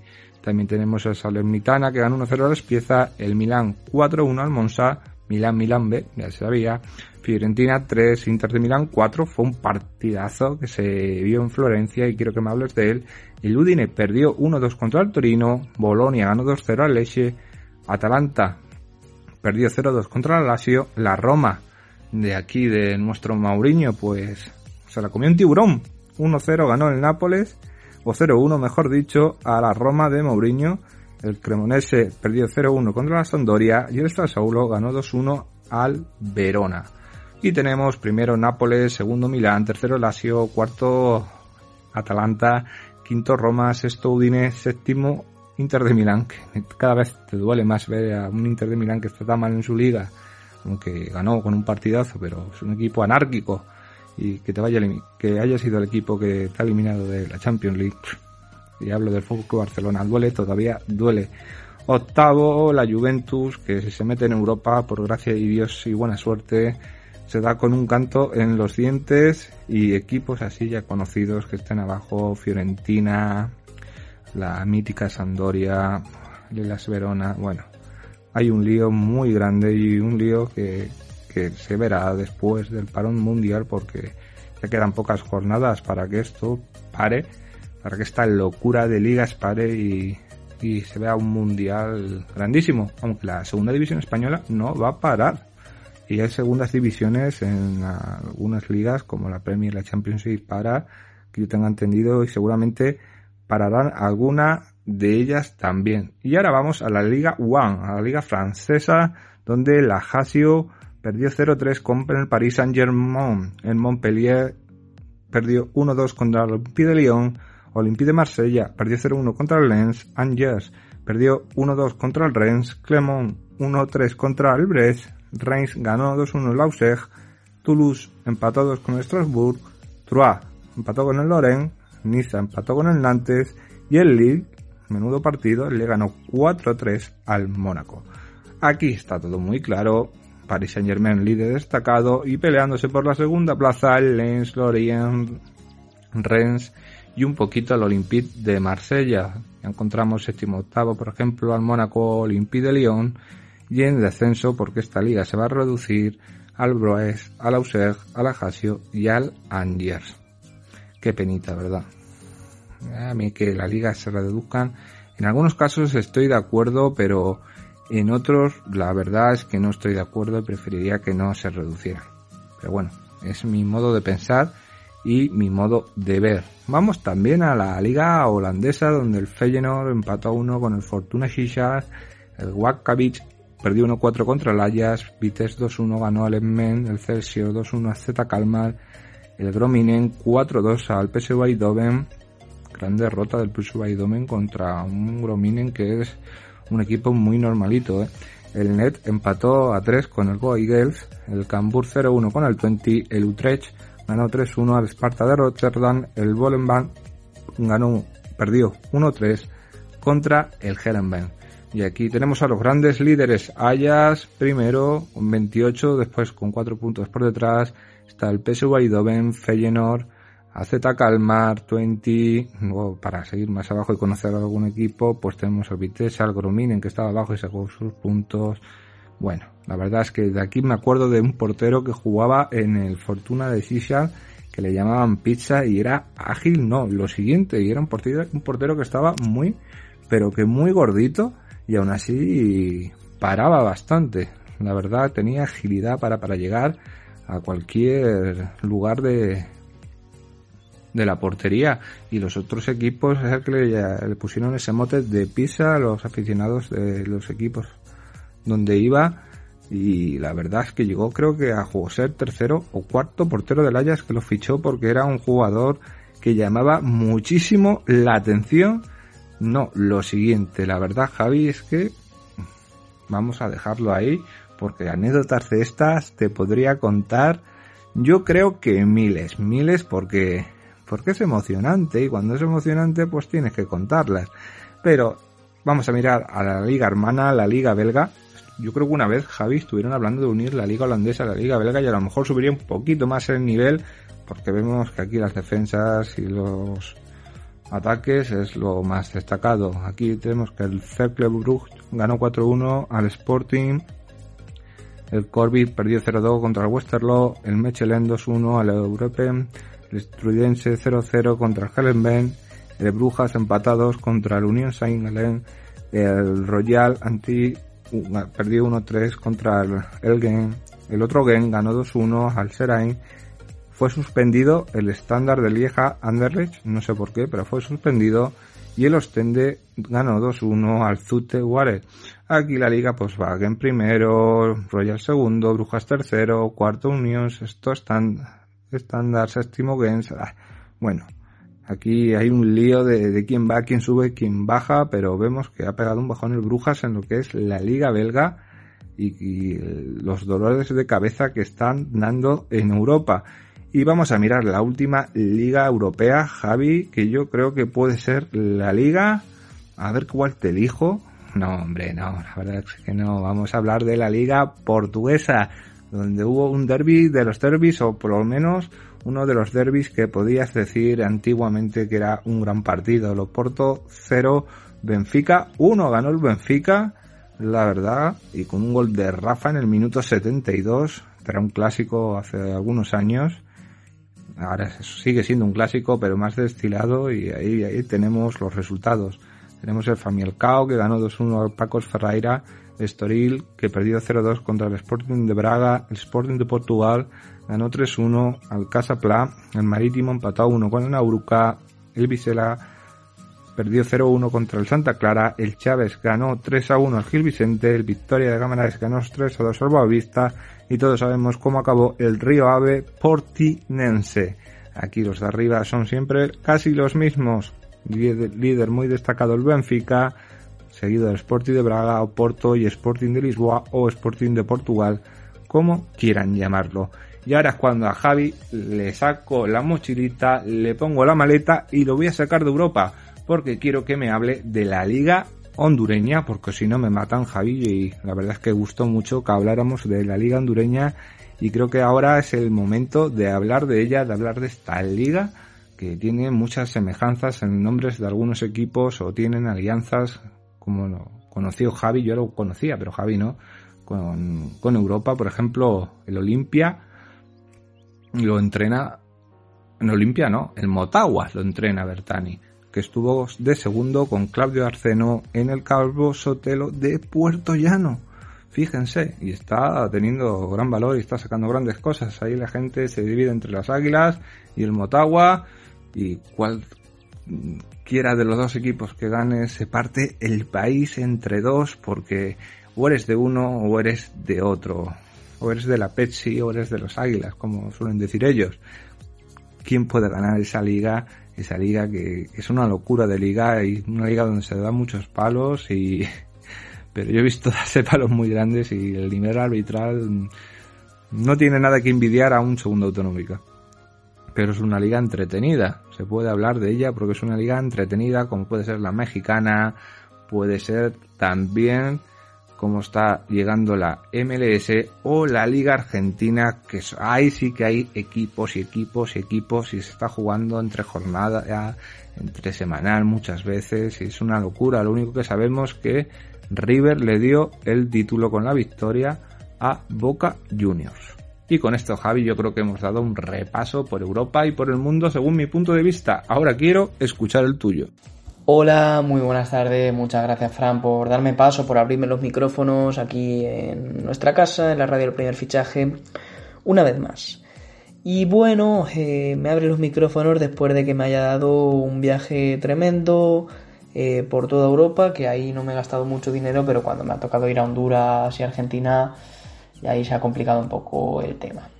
También tenemos el Salernitana que ganó 1-0 a la Spiezia, el Milán 4-1 al Monza, Milán B, ya se sabía, Fiorentina 3, Inter de Milán 4, fue un partidazo que se vio en Florencia y quiero que me hables de él. El Udine perdió 1-2 contra el Torino, Bolonia ganó 2-0 al Lecce, Atalanta perdió 0-2 contra el Lazio, la Roma de aquí de nuestro Mourinho pues se la comió un tiburón, 1-0 ganó el Nápoles, o 0-1 mejor dicho, a la Roma de Mourinho. El Cremonese perdió 0-1 contra la Sampdoria y el Sassuolo ganó 2-1 al Verona. Y tenemos primero Nápoles, segundo Milán, tercero Lazio, cuarto Atalanta, quinto Roma, sexto Udine, séptimo Inter de Milán, que cada vez te duele más ver a un Inter de Milán que está tan mal en su liga, aunque ganó con un partidazo, pero es un equipo anárquico, y que que haya sido el equipo que te ha eliminado de la Champions League. Y hablo del FC Barcelona, duele, todavía duele. Octavo, la Juventus, que si se mete en Europa, por gracia de Dios y buena suerte, se da con un canto en los dientes, y equipos así ya conocidos que estén abajo, Fiorentina, la mítica Sampdoria, Hellas Verona, bueno, hay un lío muy grande y un lío que se verá después del parón mundial, porque ya quedan pocas jornadas para que esto pare, para que esta locura de ligas pare y se vea un mundial grandísimo, aunque la segunda división española no va a parar. Y hay segundas divisiones en algunas ligas como la Premier y la Champions League que yo tenga entendido, y seguramente pararán alguna de ellas también. Y ahora vamos a la Liga 1, a la liga francesa, donde la Lazio perdió 0-3 contra el Paris Saint-Germain. El Montpellier perdió 1-2 contra el Olympique de Lyon. Olympique de Marsella perdió 0-1 contra el Lens. Angers perdió 1-2 contra el Rennes. Clermont 1-3 contra el Brest. Reims ganó 2-1 el Auxerre. Toulouse empató 2 con el Strasbourg. Troyes empató con el Lorient. Niza empató con el Nantes. Y el Lille, menudo partido, le ganó 4-3 al Mónaco. Aquí está todo muy claro. Paris Saint-Germain líder destacado y peleándose por la segunda plaza el Lens, Lorient, Rennes y un poquito al Olympique de Marsella. Ya encontramos séptimo, octavo, por ejemplo, al Mónaco, Olympique de Lyon, y en descenso, porque esta liga se va a reducir, al Brest, al Auxerre, al Ajaccio y al Angers. Qué penita, ¿verdad? A mí que la liga se reduzcan, en algunos casos estoy de acuerdo, pero en otros la verdad es que no estoy de acuerdo y preferiría que no se reduciera. Pero bueno, es mi modo de pensar y mi modo de ver. Vamos también a la liga holandesa, donde el Feyenoord empató a 1 con el Fortuna Sittard, el Wakkabich perdió 1-4 contra el Ajax, Vitesse 2-1 ganó al Emmen, el Excelsior 2-1 a Z Kalmar, el Groningen 4-2 al PSV Eindhoven. Gran derrota del PSV Eindhoven contra un Groningen que es un equipo muy normalito, El Net empató a 3 con el Go Eagles, el Cambuur 0-1 con el Twente, el Utrecht ganó 3-1 al Sparta de Rotterdam, el Volendam perdió 1-3 contra el Heerenveen. Y aquí tenemos a los grandes líderes. Ajax primero con 28, después con 4 puntos por detrás está el PSV Eindhoven, Feyenoord, AZ Kalmar, Twente. Luego, para seguir más abajo y conocer a algún equipo, pues tenemos al Vitesse, al Groningen, que estaba abajo y sacó sus puntos. Bueno, la verdad es que de aquí me acuerdo de un portero que jugaba en el Fortuna de Sittard, que le llamaban Pizza, y era ágil, no, lo siguiente, y era un portero que estaba muy, pero que muy gordito, y aún así paraba bastante. La verdad, tenía agilidad para llegar a cualquier lugar de la portería, y los otros equipos es el que le pusieron ese mote de Pizza a los aficionados de los equipos donde iba, y la verdad es que llegó, creo que a ser tercero o cuarto portero del Ajax, que lo fichó porque era un jugador que llamaba muchísimo la atención. No, lo siguiente, la verdad, Javi, es que vamos a dejarlo ahí, porque anécdotas de estas te podría contar, yo creo que miles, porque es emocionante, y cuando es emocionante pues tienes que contarlas. Pero vamos a mirar a la liga hermana, la liga belga. Yo creo que una vez, Javi, estuvieron hablando de unir la liga holandesa a la liga belga, y a lo mejor subiría un poquito más el nivel, porque vemos que aquí las defensas y los ataques es lo más destacado. Aquí tenemos que el Cercle Brugge ganó 4-1 al Sporting, el Corby perdió 0-2 contra el Westerlo, el Mechelen 2-1 al European, el Strudense 0-0 contra el Hellenben, el Brujas empatados contra el Union Saint-Gallen, el Royal Anti perdió 1-3 contra el Elgen, el otro Gen ganó 2-1 al Seraing. Fue suspendido el Standard de Lieja Anderlecht, no sé por qué, pero fue suspendido, y el Ostende ganó 2-1 al Zulte Waregem. Aquí la liga pues va Gen primero, Royal segundo, Brujas tercero, cuarto Unión, sexto Standard, séptimo Gen. Bueno, aquí hay un lío de quién va, quién sube, quién baja, pero vemos que ha pegado un bajón el Brujas en lo que es la liga belga y los dolores de cabeza que están dando en Europa. Y vamos a mirar la última liga europea, Javi, que yo creo que puede ser la liga, a ver cuál te elijo. No, hombre, no, la verdad es que no. Vamos a hablar de la liga portuguesa, donde hubo un derbi de los derbis, o por lo menos uno de los derbis que podías decir antiguamente que era un gran partido. El Oporto 0, Benfica 1, ganó el Benfica, la verdad, y con un gol de Rafa en el minuto 72. Era un clásico hace algunos años. Ahora sigue siendo un clásico, pero más destilado, y ahí tenemos los resultados. Tenemos el Famalicão, que ganó 2-1 al Pacos Ferreira, el Estoril, que perdió 0-2 contra el Sporting de Braga, el Sporting de Portugal ganó 3-1 al Casa Pla, el Marítimo empató 1 con el Nauruca, el Vizela perdió 0-1 contra el Santa Clara, el Chaves ganó 3-1 al Gil Vicente, el Victoria de Gamaraes ganó 3-2 al Boavista, y todos sabemos cómo acabó el Río Ave Portinense. Aquí los de arriba son siempre casi los mismos. Líder muy destacado el Benfica, seguido del Sporting de Braga, Oporto y Sporting de Lisboa o Sporting de Portugal, como quieran llamarlo. Y ahora es cuando a Javi le saco la mochilita, le pongo la maleta y lo voy a sacar de Europa, porque quiero que me hable de la Liga hondureña, porque si no me matan, Javi, y la verdad es que gustó mucho que habláramos de la Liga hondureña, y creo que ahora es el momento de hablar de ella, de hablar de esta liga que tiene muchas semejanzas en nombres de algunos equipos, o tienen alianzas, como lo conoció Javi, yo lo conocía, pero Javi no, con Europa. Por ejemplo, el Olimpia lo entrena, en Olimpia no, el Motagua lo entrena Bertani, que estuvo de segundo con Claudio Arceno en el Calvo Sotelo de Puerto Llano. Fíjense, y está teniendo gran valor y está sacando grandes cosas. Ahí la gente se divide entre las Águilas y el Motagua, y cualquiera de los dos equipos que gane se parte el país entre dos, porque o eres de uno o eres de otro, o eres de la Pepsi o eres de los Águilas, como suelen decir ellos. ¿Quién puede ganar esa liga? Esa liga que es una locura de liga, y una liga donde se dan muchos palos, pero yo he visto darse palos muy grandes, y el nivel arbitral no tiene nada que envidiar a un segundo autonómica. Pero es una liga entretenida, se puede hablar de ella porque es una liga entretenida, como puede ser la mexicana, puede ser también como está llegando la MLS o la Liga Argentina, que ahí sí que hay equipos y equipos y equipos, y se está jugando entre jornada, entre semanal muchas veces, y es una locura. Lo único que sabemos que River le dio el título con la victoria a Boca Juniors. Y con esto, Javi, yo creo que hemos dado un repaso por Europa y por el mundo según mi punto de vista. Ahora quiero escuchar el tuyo. Hola, muy buenas tardes. Muchas gracias, Fran, por darme paso, por abrirme los micrófonos aquí en nuestra casa, en la radio del Primer Fichaje, una vez más. Y bueno, me abre los micrófonos después de que me haya dado un viaje tremendo por toda Europa, que ahí no me he gastado mucho dinero, pero cuando me ha tocado ir a Honduras y Argentina, y ahí se ha complicado un poco el tema.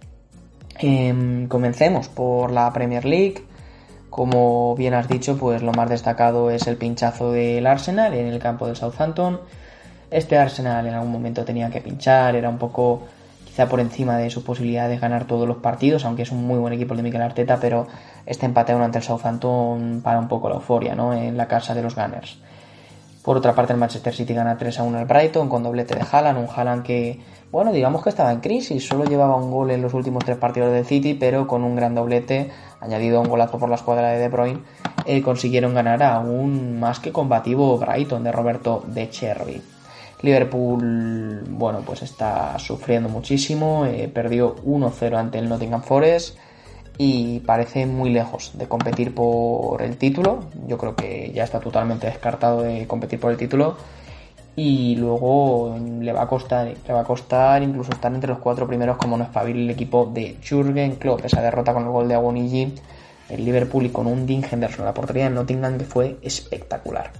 Comencemos por la Premier League. Como bien has dicho, pues lo más destacado es el pinchazo del Arsenal en el campo del Southampton. Este Arsenal en algún momento tenía que pinchar, era un poco quizá por encima de su posibilidad de ganar todos los partidos, aunque es un muy buen equipo el de Mikel Arteta, pero este empate ante el Southampton para un poco la euforia, ¿no?, en la casa de los Gunners. Por otra parte, el Manchester City gana 3-1 al Brighton con doblete de Haaland, un Haaland que, bueno, digamos que estaba en crisis, solo llevaba un gol en los últimos 3 partidos del City, pero con un gran doblete, añadido a un golazo por la escuadra de De Bruyne, consiguieron ganar a un más que combativo Brighton de Roberto De Zerbi. Liverpool, bueno, pues está sufriendo muchísimo, perdió 1-0 ante el Nottingham Forest y parece muy lejos de competir por el título. Yo creo que ya está totalmente descartado de competir por el título y luego le va a costar incluso estar entre los 4 primeros como no espabile el equipo de Jürgen Klopp. Esa derrota con el gol de Awoniyi el Liverpool y con un Dean Henderson en la portería del Nottingham que fue espectacular.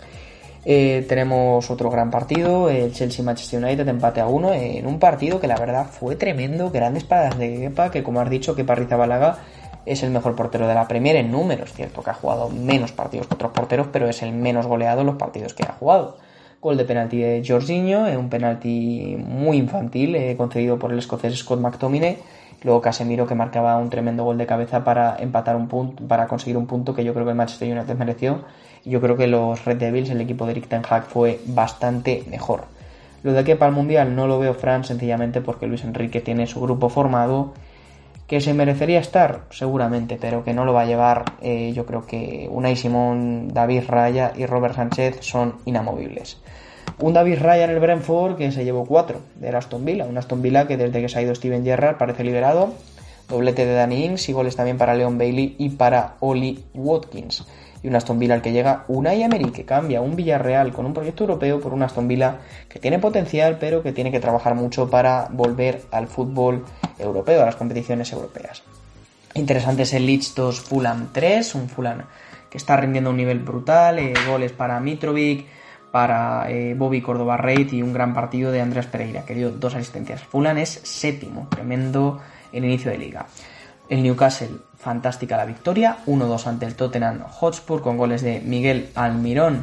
Tenemos otro gran partido, el Chelsea-Manchester United, empate a 1 en un partido que la verdad fue tremendo, grandes paradas de Kepa, que como has dicho, Kepa Arrizabalaga es el mejor portero de la Premier en números, cierto que ha jugado menos partidos que otros porteros, pero es el menos goleado en los partidos que ha jugado. Gol de penalti de Jorginho, un penalti muy infantil concedido por el escocés Scott McTominay. Luego Casemiro, que marcaba un tremendo gol de cabeza para empatar un punto, para conseguir un punto que yo creo que el Manchester United mereció. Y yo creo que los Red Devils, el equipo de Erik ten Hag, fue bastante mejor. Lo de Kepa al Mundial no lo veo, Fran, sencillamente porque Luis Enrique tiene su grupo formado, que se merecería estar, seguramente, pero que no lo va a llevar. Yo creo que Unai Simón, David Raya y Robert Sánchez son inamovibles. Un David Raya en el Brentford que se llevó 4 de Aston Villa. Un Aston Villa que desde que se ha ido Steven Gerrard parece liberado. Doblete de Danny Ings y goles también para Leon Bailey y para Oli Watkins. Y un Aston Villa al que llega Unai Emery, que cambia un Villarreal con un proyecto europeo por un Aston Villa que tiene potencial, pero que tiene que trabajar mucho para volver al fútbol europeo, a las competiciones europeas. Interesante es el Leeds 2, Fulham 3, un Fulham que está rindiendo a un nivel brutal, goles para Mitrovic, para Bobby Córdoba Reid y un gran partido de Andrés Pereira, que dio 2 asistencias. Fulham es 7º, tremendo el inicio de liga. El Newcastle, fantástica la victoria, 1-2 ante el Tottenham Hotspur con goles de Miguel Almirón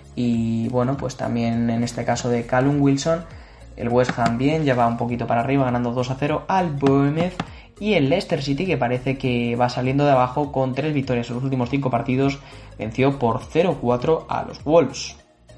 y bueno, pues también en este caso de Callum Wilson. El West Ham bien, ya va un poquito para arriba ganando 2-0 al Bournemouth y el Leicester City, que parece que va saliendo de abajo con 3 victorias en los últimos 5 partidos, venció por 0-4 a los Wolves.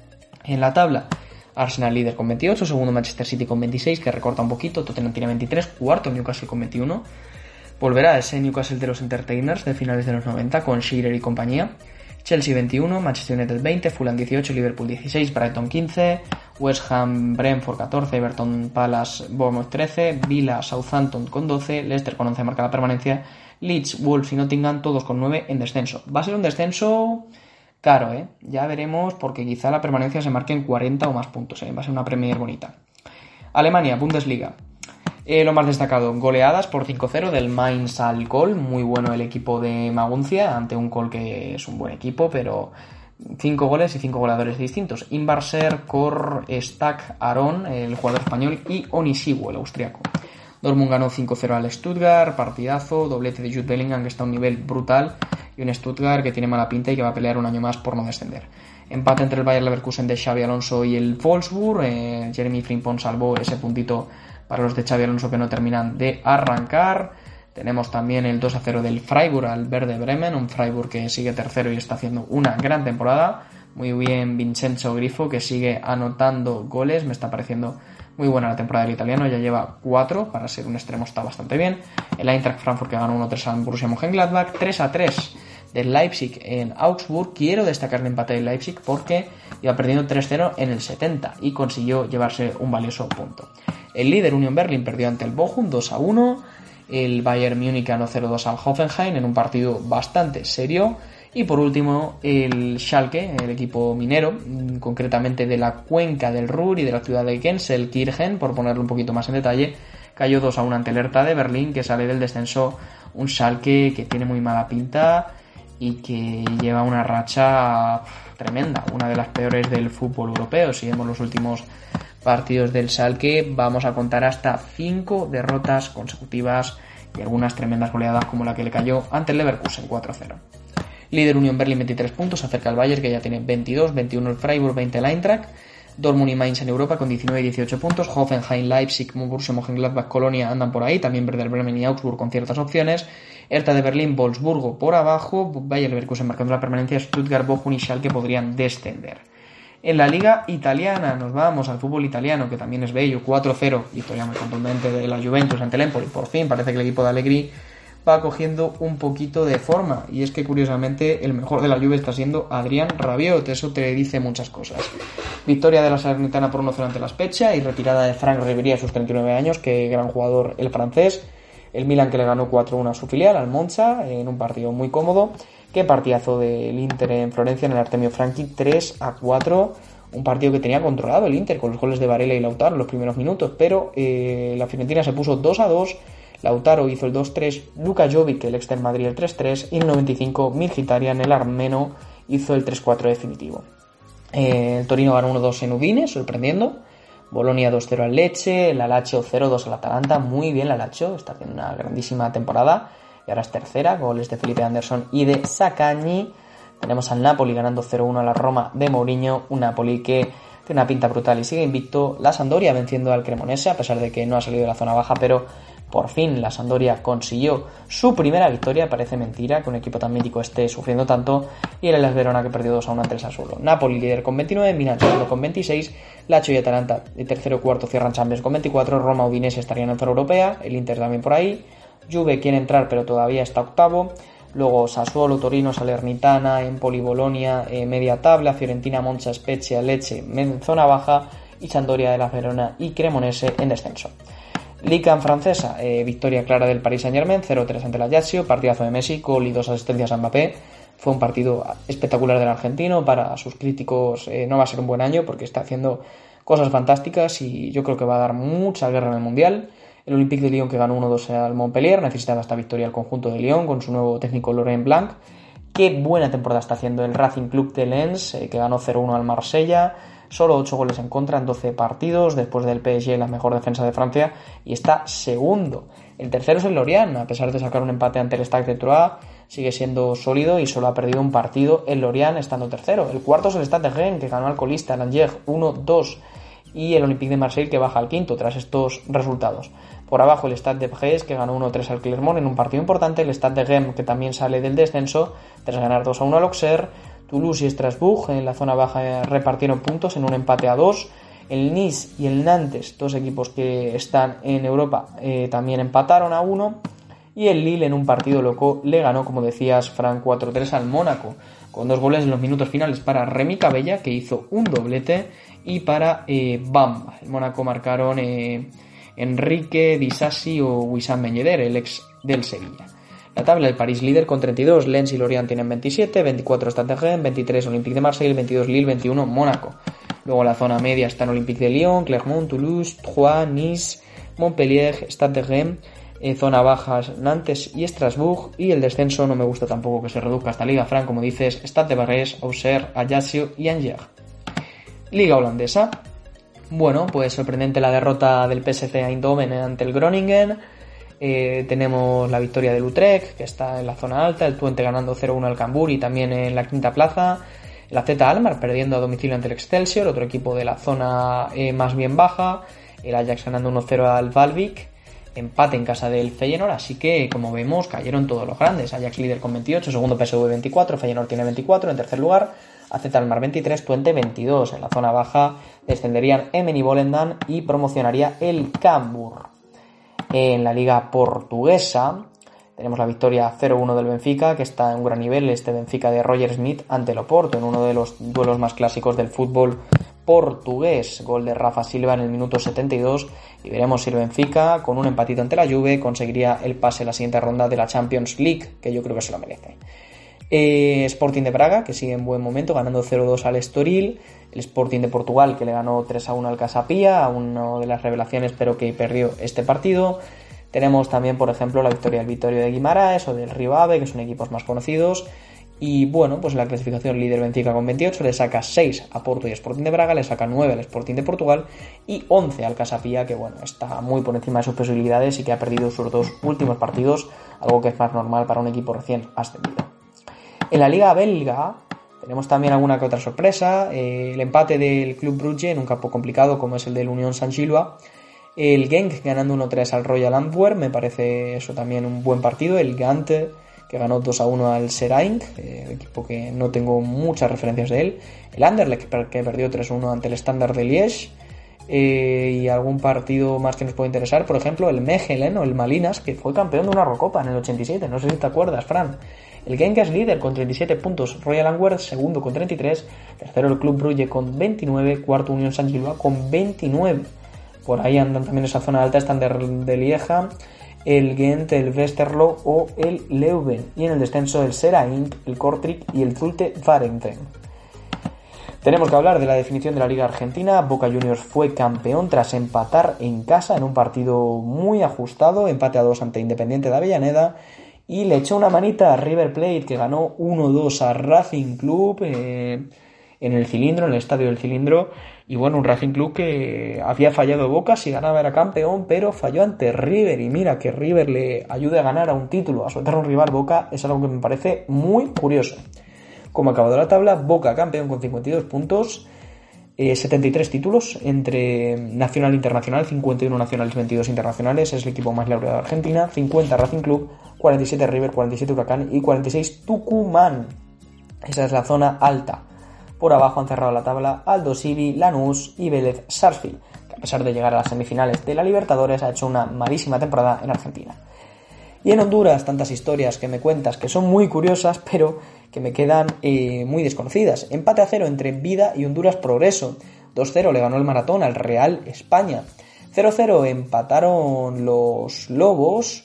En la tabla, Arsenal líder con 28, segundo Manchester City con 26, que recorta un poquito, Tottenham tiene 23, cuarto Newcastle con 21. Volverá ese Newcastle de los Entertainers de finales de los 90 con Shearer y compañía. Chelsea 21, Manchester United 20, Fulham 18, Liverpool 16, Brighton 15, West Ham, Brentford 14, Everton Palace, Bournemouth 13, Villa, Southampton con 12, Leicester con 11 marca la permanencia, Leeds, Wolves y Nottingham todos con 9 en descenso. Va a ser un descenso caro, ya veremos, porque quizá la permanencia se marque en 40 o más puntos, va a ser una Premier bonita. Alemania, Bundesliga. Lo más destacado, goleadas por 5-0 del Mainz al Köln, muy bueno el equipo de Maguncia ante un Köln que es un buen equipo, pero 5 goles y 5 goleadores distintos. Inbarser, Kor, Stack, Aron, el jugador español, y Onisiwo, el austriaco. Dortmund ganó 5-0 al Stuttgart, partidazo, doblete de Jude Bellingham que está a un nivel brutal, y un Stuttgart que tiene mala pinta y que va a pelear un año más por no descender. Empate entre el Bayer Leverkusen de Xabi Alonso y el Wolfsburg, Jeremy Frimpong salvó ese puntito para los de Xabi Alonso que no terminan de arrancar. Tenemos también el 2-0 del Freiburg al Werder Bremen, un Freiburg que sigue tercero y está haciendo una gran temporada. Muy bien Vincenzo Grifo, que sigue anotando goles, me está pareciendo muy buena la temporada del italiano, ya lleva 4, para ser un extremo está bastante bien. El Eintracht Frankfurt que ganó 1-3 al Borussia Mönchengladbach, 3-3 del Leipzig en Augsburg. Quiero destacar el empate del Leipzig porque iba perdiendo 3-0 en el 70 y consiguió llevarse un valioso punto. El líder Union Berlin perdió ante el Bochum 2-1. El Bayern Múnich ganó 0-2 al Hoffenheim en un partido bastante serio. Y por último, el Schalke, el equipo minero, concretamente de la cuenca del Ruhr y de la ciudad de Gelsenkirchen, por ponerlo un poquito más en detalle, cayó 2-1 ante el Hertha de Berlín, que sale del descenso. Un Schalke que tiene muy mala pinta y que lleva una racha tremenda, una de las peores del fútbol europeo. Si vemos los últimos partidos del Schalke, vamos a contar hasta 5 derrotas consecutivas y algunas tremendas goleadas como la que le cayó ante el Leverkusen 4-0. Líder Union Berlin 23 puntos, acerca al Bayern que ya tiene 22, 21 el Freiburg, 20 el Eintracht. Dortmund y Mainz en Europa con 19 y 18 puntos. Hoffenheim, Leipzig, Borussia Mönchengladbach, Colonia andan por ahí. También Werder Bremen y Augsburg con ciertas opciones. Hertha de Berlín, Wolfsburgo por abajo. Bayer Leverkusen marcando la permanencia. Stuttgart, Bochum y Schalke podrían descender. En la liga italiana nos vamos al fútbol italiano, que también es bello. 4-0, victoria muy contundente de la Juventus ante el Empoli. Por fin parece que el equipo de Allegri va cogiendo un poquito de forma, y es que curiosamente el mejor de la Juve está siendo Adrián Rabiot, eso te dice muchas cosas. Victoria de la Salernitana por 1-0 ante la Spezia y retirada de Franck Ribéry a sus 39 años, que gran jugador el francés. El Milan que le ganó 4-1 a su filial, al Monza, en un partido muy cómodo. Qué partidazo del Inter en Florencia, en el Artemio Franchi, 3-4, un partido que tenía controlado el Inter con los goles de Varela y Lautaro en los primeros minutos, pero la Fiorentina se puso 2-2. Lautaro hizo el 2-3, Luka Jovic, el ex del Madrid, el 3-3, y en el 95 Mkhitaryan, el armeno, hizo el 3-4 definitivo. El Torino ganó 1-2 en Udine, sorprendiendo. Bolonia 2-0 al Lecce, la Lazio 0-2 al Atalanta, muy bien la Lazio, está haciendo una grandísima temporada, y ahora es tercera, goles de Felipe Anderson y de Saccagni. Tenemos al Napoli ganando 0-1 a la Roma de Mourinho, un Napoli que tiene una pinta brutal y sigue invicto. La Sampdoria venciendo al Cremonese, a pesar de que no ha salido de la zona baja, pero por fin la Sampdoria consiguió su primera victoria. Parece mentira que un equipo tan mítico esté sufriendo tanto. Y el Hellas Verona que perdió 2-1 ante el Sassuolo. Napoli líder con 29, Milan segundo con 26, Lazio y Atalanta de tercero y cuarto cierran Champions con 24, Roma Udinese estarían en zona europea, el Inter también por ahí, Juve quiere entrar pero todavía está octavo. Luego Sassuolo, Torino, Salernitana, Empoli, Bolonia, media tabla, Fiorentina, Monza, Spezia, Lecce en zona baja y Sampdoria de la Verona y Cremonese en descenso. Liga francesa, victoria clara del Paris Saint-Germain, 0-3 ante la Lazio, partidazo de Messi, gol y 2 asistencias a Mbappé. Fue un partido espectacular del argentino, para sus críticos no va a ser un buen año porque está haciendo cosas fantásticas y yo creo que va a dar mucha guerra en el Mundial. El Olympique de Lyon que ganó 1-2 al Montpellier, necesitaba esta victoria el conjunto de Lyon con su nuevo técnico Laurent Blanc. Qué buena temporada está haciendo el Racing Club de Lens, que ganó 0-1 al Marsella. Solo 8 goles en contra en 12 partidos, después del PSG, la mejor defensa de Francia, y está segundo. El tercero es el Lorient, a pesar de sacar un empate ante el Stade de Troyes, sigue siendo sólido y solo ha perdido un partido el Lorient estando tercero. El cuarto es el Stade de Rennes, que ganó al colista, el Angers, 1-2, y el Olympique de Marseille, que baja al quinto tras estos resultados. Por abajo el Stade de Brest, que ganó 1-3 al Clermont en un partido importante, el Stade de Rennes, que también sale del descenso tras ganar 2-1 al Auxerre. Toulouse y Strasbourg en la zona baja repartieron puntos en un empate a 2. El Nice y el Nantes, dos equipos que están en Europa, también empataron a 1. Y el Lille en un partido loco le ganó, como decías, Fran, 4-3 al Mónaco, con 2 goles en los minutos finales para Remy Cabella, que hizo un doblete, y para Bamba. El Mónaco marcaron Enrique Disasi o Wissam Ben Yedder, el ex del Sevilla. La tabla del París líder con 32, Lens y Lorient tienen 27, 24 Stade de Rennes, 23 Olympique de Marseille, 22 Lille, 21 Mónaco. Luego la zona media están Olympique de Lyon, Clermont, Toulouse, Troyes, Nice, Montpellier, Stade de Rennes, zona bajas Nantes y Strasbourg, y el descenso no me gusta tampoco que se reduzca esta liga, Fran, como dices, Stade de Brest, Auxerre, Ajaccio y Angers. Liga holandesa. Bueno, pues sorprendente la derrota del PSV Eindhoven ante el Groningen. Tenemos la victoria del Utrecht, que está en la zona alta, el Twente ganando 0-1 al Cambuur y también en la quinta plaza, el AZ Alkmaar perdiendo a domicilio ante el Excelsior, otro equipo de la zona más bien baja, el Ajax ganando 1-0 al Valvik, empate en casa del Feyenoord, así que como vemos cayeron todos los grandes. Ajax líder con 28, segundo PSV 24, Feyenoord tiene 24, en tercer lugar AZ Alkmaar 23, Twente 22, en la zona baja descenderían Emmen y Volendam y promocionaría el Cambuur. En la liga portuguesa tenemos la victoria 0-1 del Benfica, que está en un gran nivel, este Benfica de Roger Smith ante el Oporto, en uno de los duelos más clásicos del fútbol portugués. Gol de Rafa Silva en el minuto 72 y veremos si el Benfica, con un empatito ante la Juve, conseguiría el pase a la siguiente ronda de la Champions League, que yo creo que se lo merece. Sporting de Braga, que sigue en buen momento, ganando 0-2 al Estoril. El Sporting de Portugal, que le ganó 3-1 al Casa Pia, a una de las revelaciones, pero que perdió este partido. Tenemos también, por ejemplo, la victoria del Vitória de Guimaraes o del Río Ave, que son equipos más conocidos. Y bueno, pues en la clasificación líder Benfica con 28, le saca 6 a Porto y Sporting de Braga, le saca 9 al Sporting de Portugal y 11 al Casa Pia, que bueno, está muy por encima de sus posibilidades y que ha perdido sus 2 últimos partidos, algo que es más normal para un equipo recién ascendido. En la liga belga tenemos también alguna que otra sorpresa, el empate del Club Brugge en un campo complicado como es el del Unión Saint-Gilloise, el Genk ganando 1-3 al Royal Antwerp, me parece eso también un buen partido, el Gant que ganó 2-1 al Seraing, equipo que no tengo muchas referencias de él, el Anderlecht que perdió 3-1 ante el Standard de Liège, y algún partido más que nos puede interesar, por ejemplo el Mechelen o el Malinas, que fue campeón de una Eurocopa en el 87, no sé si te acuerdas, Fran. El Genk es líder con 37 puntos, Royal Antwerp segundo con 33, tercero el Club Brugge con 29, cuarto Unión Saint-Gilloise con 29. Por ahí andan también esa zona alta, están de Lieja, el Gent, el Westerlo o el Leuven. Y en el descenso el Seraing, el Kortrijk y el Zulte Waregem. Tenemos que hablar de la definición de la Liga Argentina. Boca Juniors fue campeón tras empatar en casa en un partido muy ajustado, empate a 2 ante Independiente de Avellaneda, y le echó una manita a River Plate, que ganó 1-2 a Racing Club en el Cilindro, en el estadio del Cilindro. Y bueno, un Racing Club que había fallado Boca, si ganaba era campeón, pero falló ante River. Y mira, que River le ayude a ganar a un título, a soltar a un rival Boca, es algo que me parece muy curioso. Como acabado la tabla, Boca campeón con 52 puntos, 73 títulos entre nacional e internacional, 51 nacionales, 22 internacionales, es el equipo más laureado de Argentina, 50 Racing Club, 47 River, 47 Huracán y 46 Tucumán. Esa es la zona alta. Por abajo han cerrado la tabla Aldosivi, Civi, Lanús y Vélez Sarsfield, que a pesar de llegar a las semifinales de la Libertadores ha hecho una malísima temporada en Argentina. Y en Honduras, tantas historias que me cuentas que son muy curiosas, pero que me quedan muy desconocidas. Empate a 0 entre Vida y Honduras Progreso. 2-0 le ganó el Maratón al Real España. 0-0 empataron los Lobos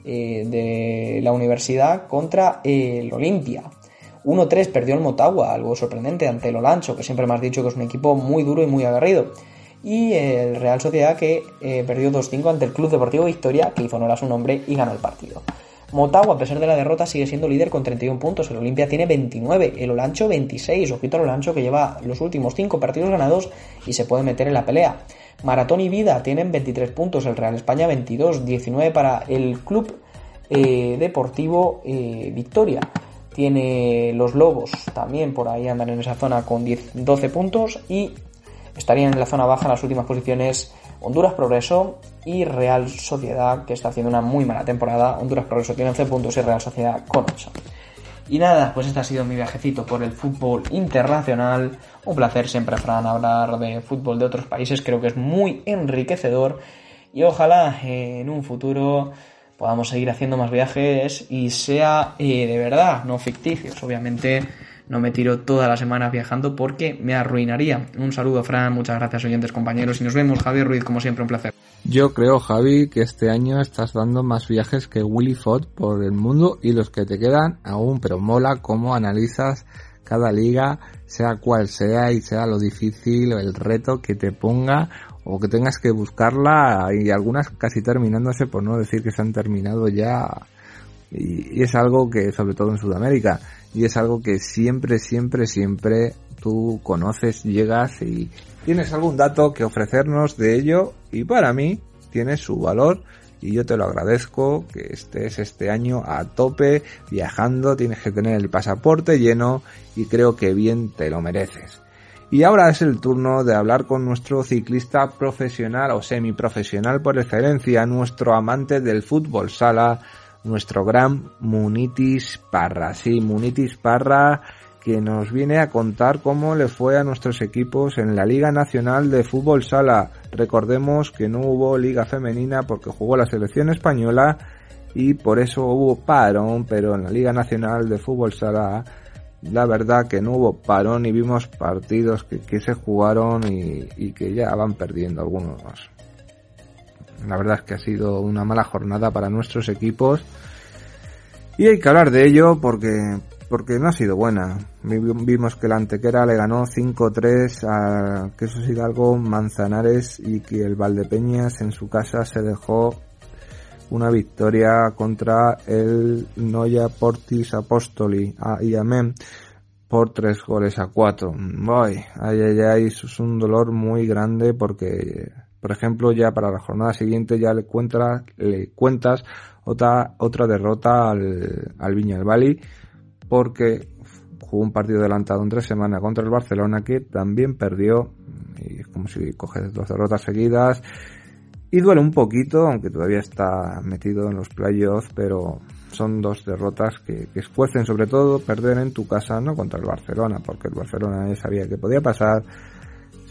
de la Universidad contra el Olimpia. 1-3 perdió el Motagua, algo sorprendente, ante el Olancho, que siempre me has dicho que es un equipo muy duro y muy aguerrido. Y el Real Sociedad, que perdió 2-5 ante el Club Deportivo Victoria, que hizo honor a su nombre y ganó el partido. Motagua, a pesar de la derrota, sigue siendo líder con 31 puntos. El Olimpia tiene 29, el Olancho 26. Ojito al Olancho, que lleva los últimos 5 partidos ganados y se puede meter en la pelea. Maratón y Vida tienen 23 puntos, el Real España 22, 19 para el Club Deportivo Victoria. Tiene los Lobos, también por ahí andan en esa zona con 12 puntos, y estarían en la zona baja en las últimas posiciones Honduras Progreso y Real Sociedad, que está haciendo una muy mala temporada. Honduras Progreso tiene 11 puntos y Real Sociedad con 8. Y nada, pues este ha sido mi viajecito por el fútbol internacional. Un placer siempre, Fran, hablar de fútbol de otros países. Creo que es muy enriquecedor y ojalá en un futuro podamos seguir haciendo más viajes y sea de verdad, no ficticios. Obviamente no me tiro toda la semana viajando porque me arruinaría. Un saludo, Fran, muchas gracias, oyentes, compañeros, y nos vemos. Javier Ruiz, como siempre, un placer. Yo creo, Javi, que este año estás dando más viajes que Willy Fogg por el mundo y los que te quedan aún, pero mola cómo analizas cada liga, sea cual sea y sea lo difícil o el reto que te ponga o que tengas que buscarla, y algunas casi terminándose, por no decir que se han terminado ya, y es algo que, sobre todo en Sudamérica, y es algo que siempre tú conoces, llegas y tienes algún dato que ofrecernos de ello, y para mí tiene su valor y yo te lo agradezco que estés este año a tope viajando. Tienes que tener el pasaporte lleno y creo que bien te lo mereces. Y ahora es el turno de hablar con nuestro ciclista profesional o semiprofesional por excelencia, nuestro amante del fútbol sala, nuestro gran Munitis Parra. Sí, Munitis Parra, que nos viene a contar cómo le fue a nuestros equipos en la Liga Nacional de Fútbol Sala. Recordemos que no hubo Liga Femenina porque jugó la selección española y por eso hubo parón, pero en la Liga Nacional de Fútbol Sala la verdad que no hubo parón y vimos partidos que se jugaron y que ya van perdiendo algunos. La verdad es que ha sido una mala jornada para nuestros equipos y hay que hablar de ello porque no ha sido buena. Vimos que la Antequera le ganó 5-3 a Quesos Hidalgo Manzanares y que el Valdepeñas en su casa se dejó una victoria contra el Noia Portis Apostoli y Amén por 3-4. Ay, eso es un dolor muy grande porque, por ejemplo, ya para la jornada siguiente ya le cuentas otra derrota al Viñalbali, porque jugó un partido adelantado entre semana contra el Barcelona que también perdió, y es como si coges 2 derrotas seguidas y duele un poquito, aunque todavía está metido en los playoffs, pero son 2 derrotas que esfuercen, sobre todo perder en tu casa, no contra el Barcelona, porque el Barcelona ya sabía que podía pasar,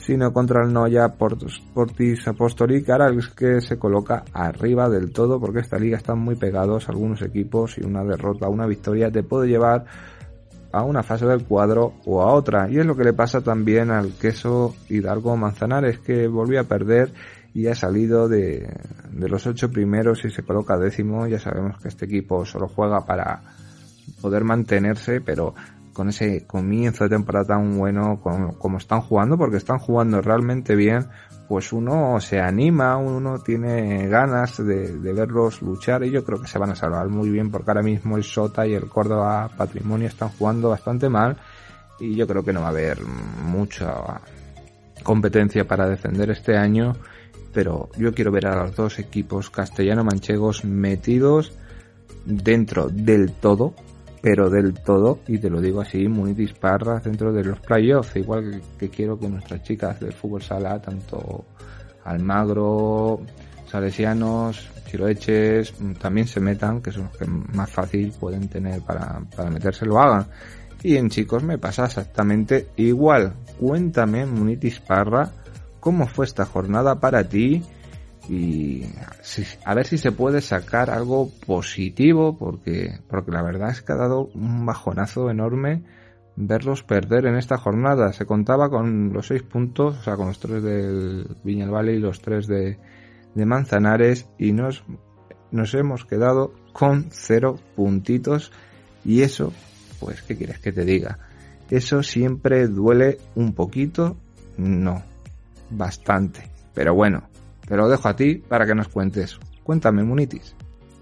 sino contra el Noia Portis Apostoli, que ahora es que se coloca arriba del todo, porque esta liga están muy pegados algunos equipos y una derrota, una victoria te puede llevar a una fase del cuadro o a otra, y es lo que le pasa también al Queso Hidalgo Manzanares, que volvió a perder y ha salido de los 8 primeros y se coloca 10º. Ya sabemos que este equipo solo juega para poder mantenerse, pero con ese comienzo de temporada tan bueno como están jugando, porque están jugando realmente bien, pues uno se anima, uno tiene ganas de verlos luchar, y yo creo que se van a salvar muy bien, porque ahora mismo el Sota y el Córdoba Patrimonio están jugando bastante mal, y yo creo que no va a haber mucha competencia para defender este año, pero yo quiero ver a los dos equipos castellano-manchegos metidos dentro del todo, pero del todo, y te lo digo así, Munitis Parra dentro de los playoffs, igual que quiero que nuestras chicas del fútbol sala, tanto Almagro, Salesianos, Chiroeches, también se metan, que son los que más fácil pueden tener para meterse, lo hagan. Y en chicos me pasa exactamente igual. Cuéntame, Munitis Parra, cómo fue esta jornada para ti, y a ver si se puede sacar algo positivo, porque la verdad es que ha dado un bajonazo enorme verlos perder en esta jornada. Se contaba con los 6 puntos, o sea, con los 3 del Viñalbal y los 3 de Manzanares, y nos hemos quedado con 0 puntitos, y eso, pues, ¿qué quieres que te diga? Eso siempre duele un poquito, no, bastante, pero bueno, te lo dejo a ti para que nos cuentes. Cuéntame, Munitis.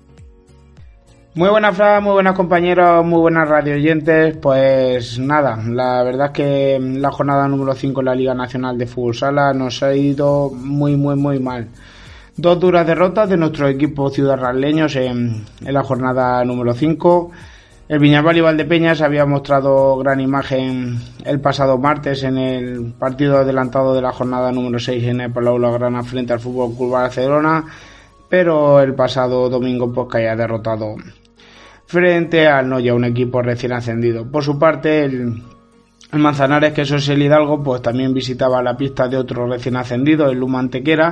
Muy buenas, Fran, muy buenas compañeros, muy buenas radio oyentes. Pues nada, la verdad es que la jornada número 5 en la Liga Nacional de Fútbol Sala nos ha ido muy mal. 2 duras derrotas de nuestro equipo ciudadraleños en la jornada número 5. El Viñalbal y Valdepeñas había mostrado gran imagen el pasado martes en el partido adelantado de la jornada número 6 en el Palau Blaugrana frente al Fútbol Club Barcelona, pero el pasado domingo pues caía derrotado frente al Noia, un equipo recién ascendido. Por su parte, el Manzanares, que eso es el Hidalgo, pues también visitaba la pista de otro recién ascendido, el Luma Antequera,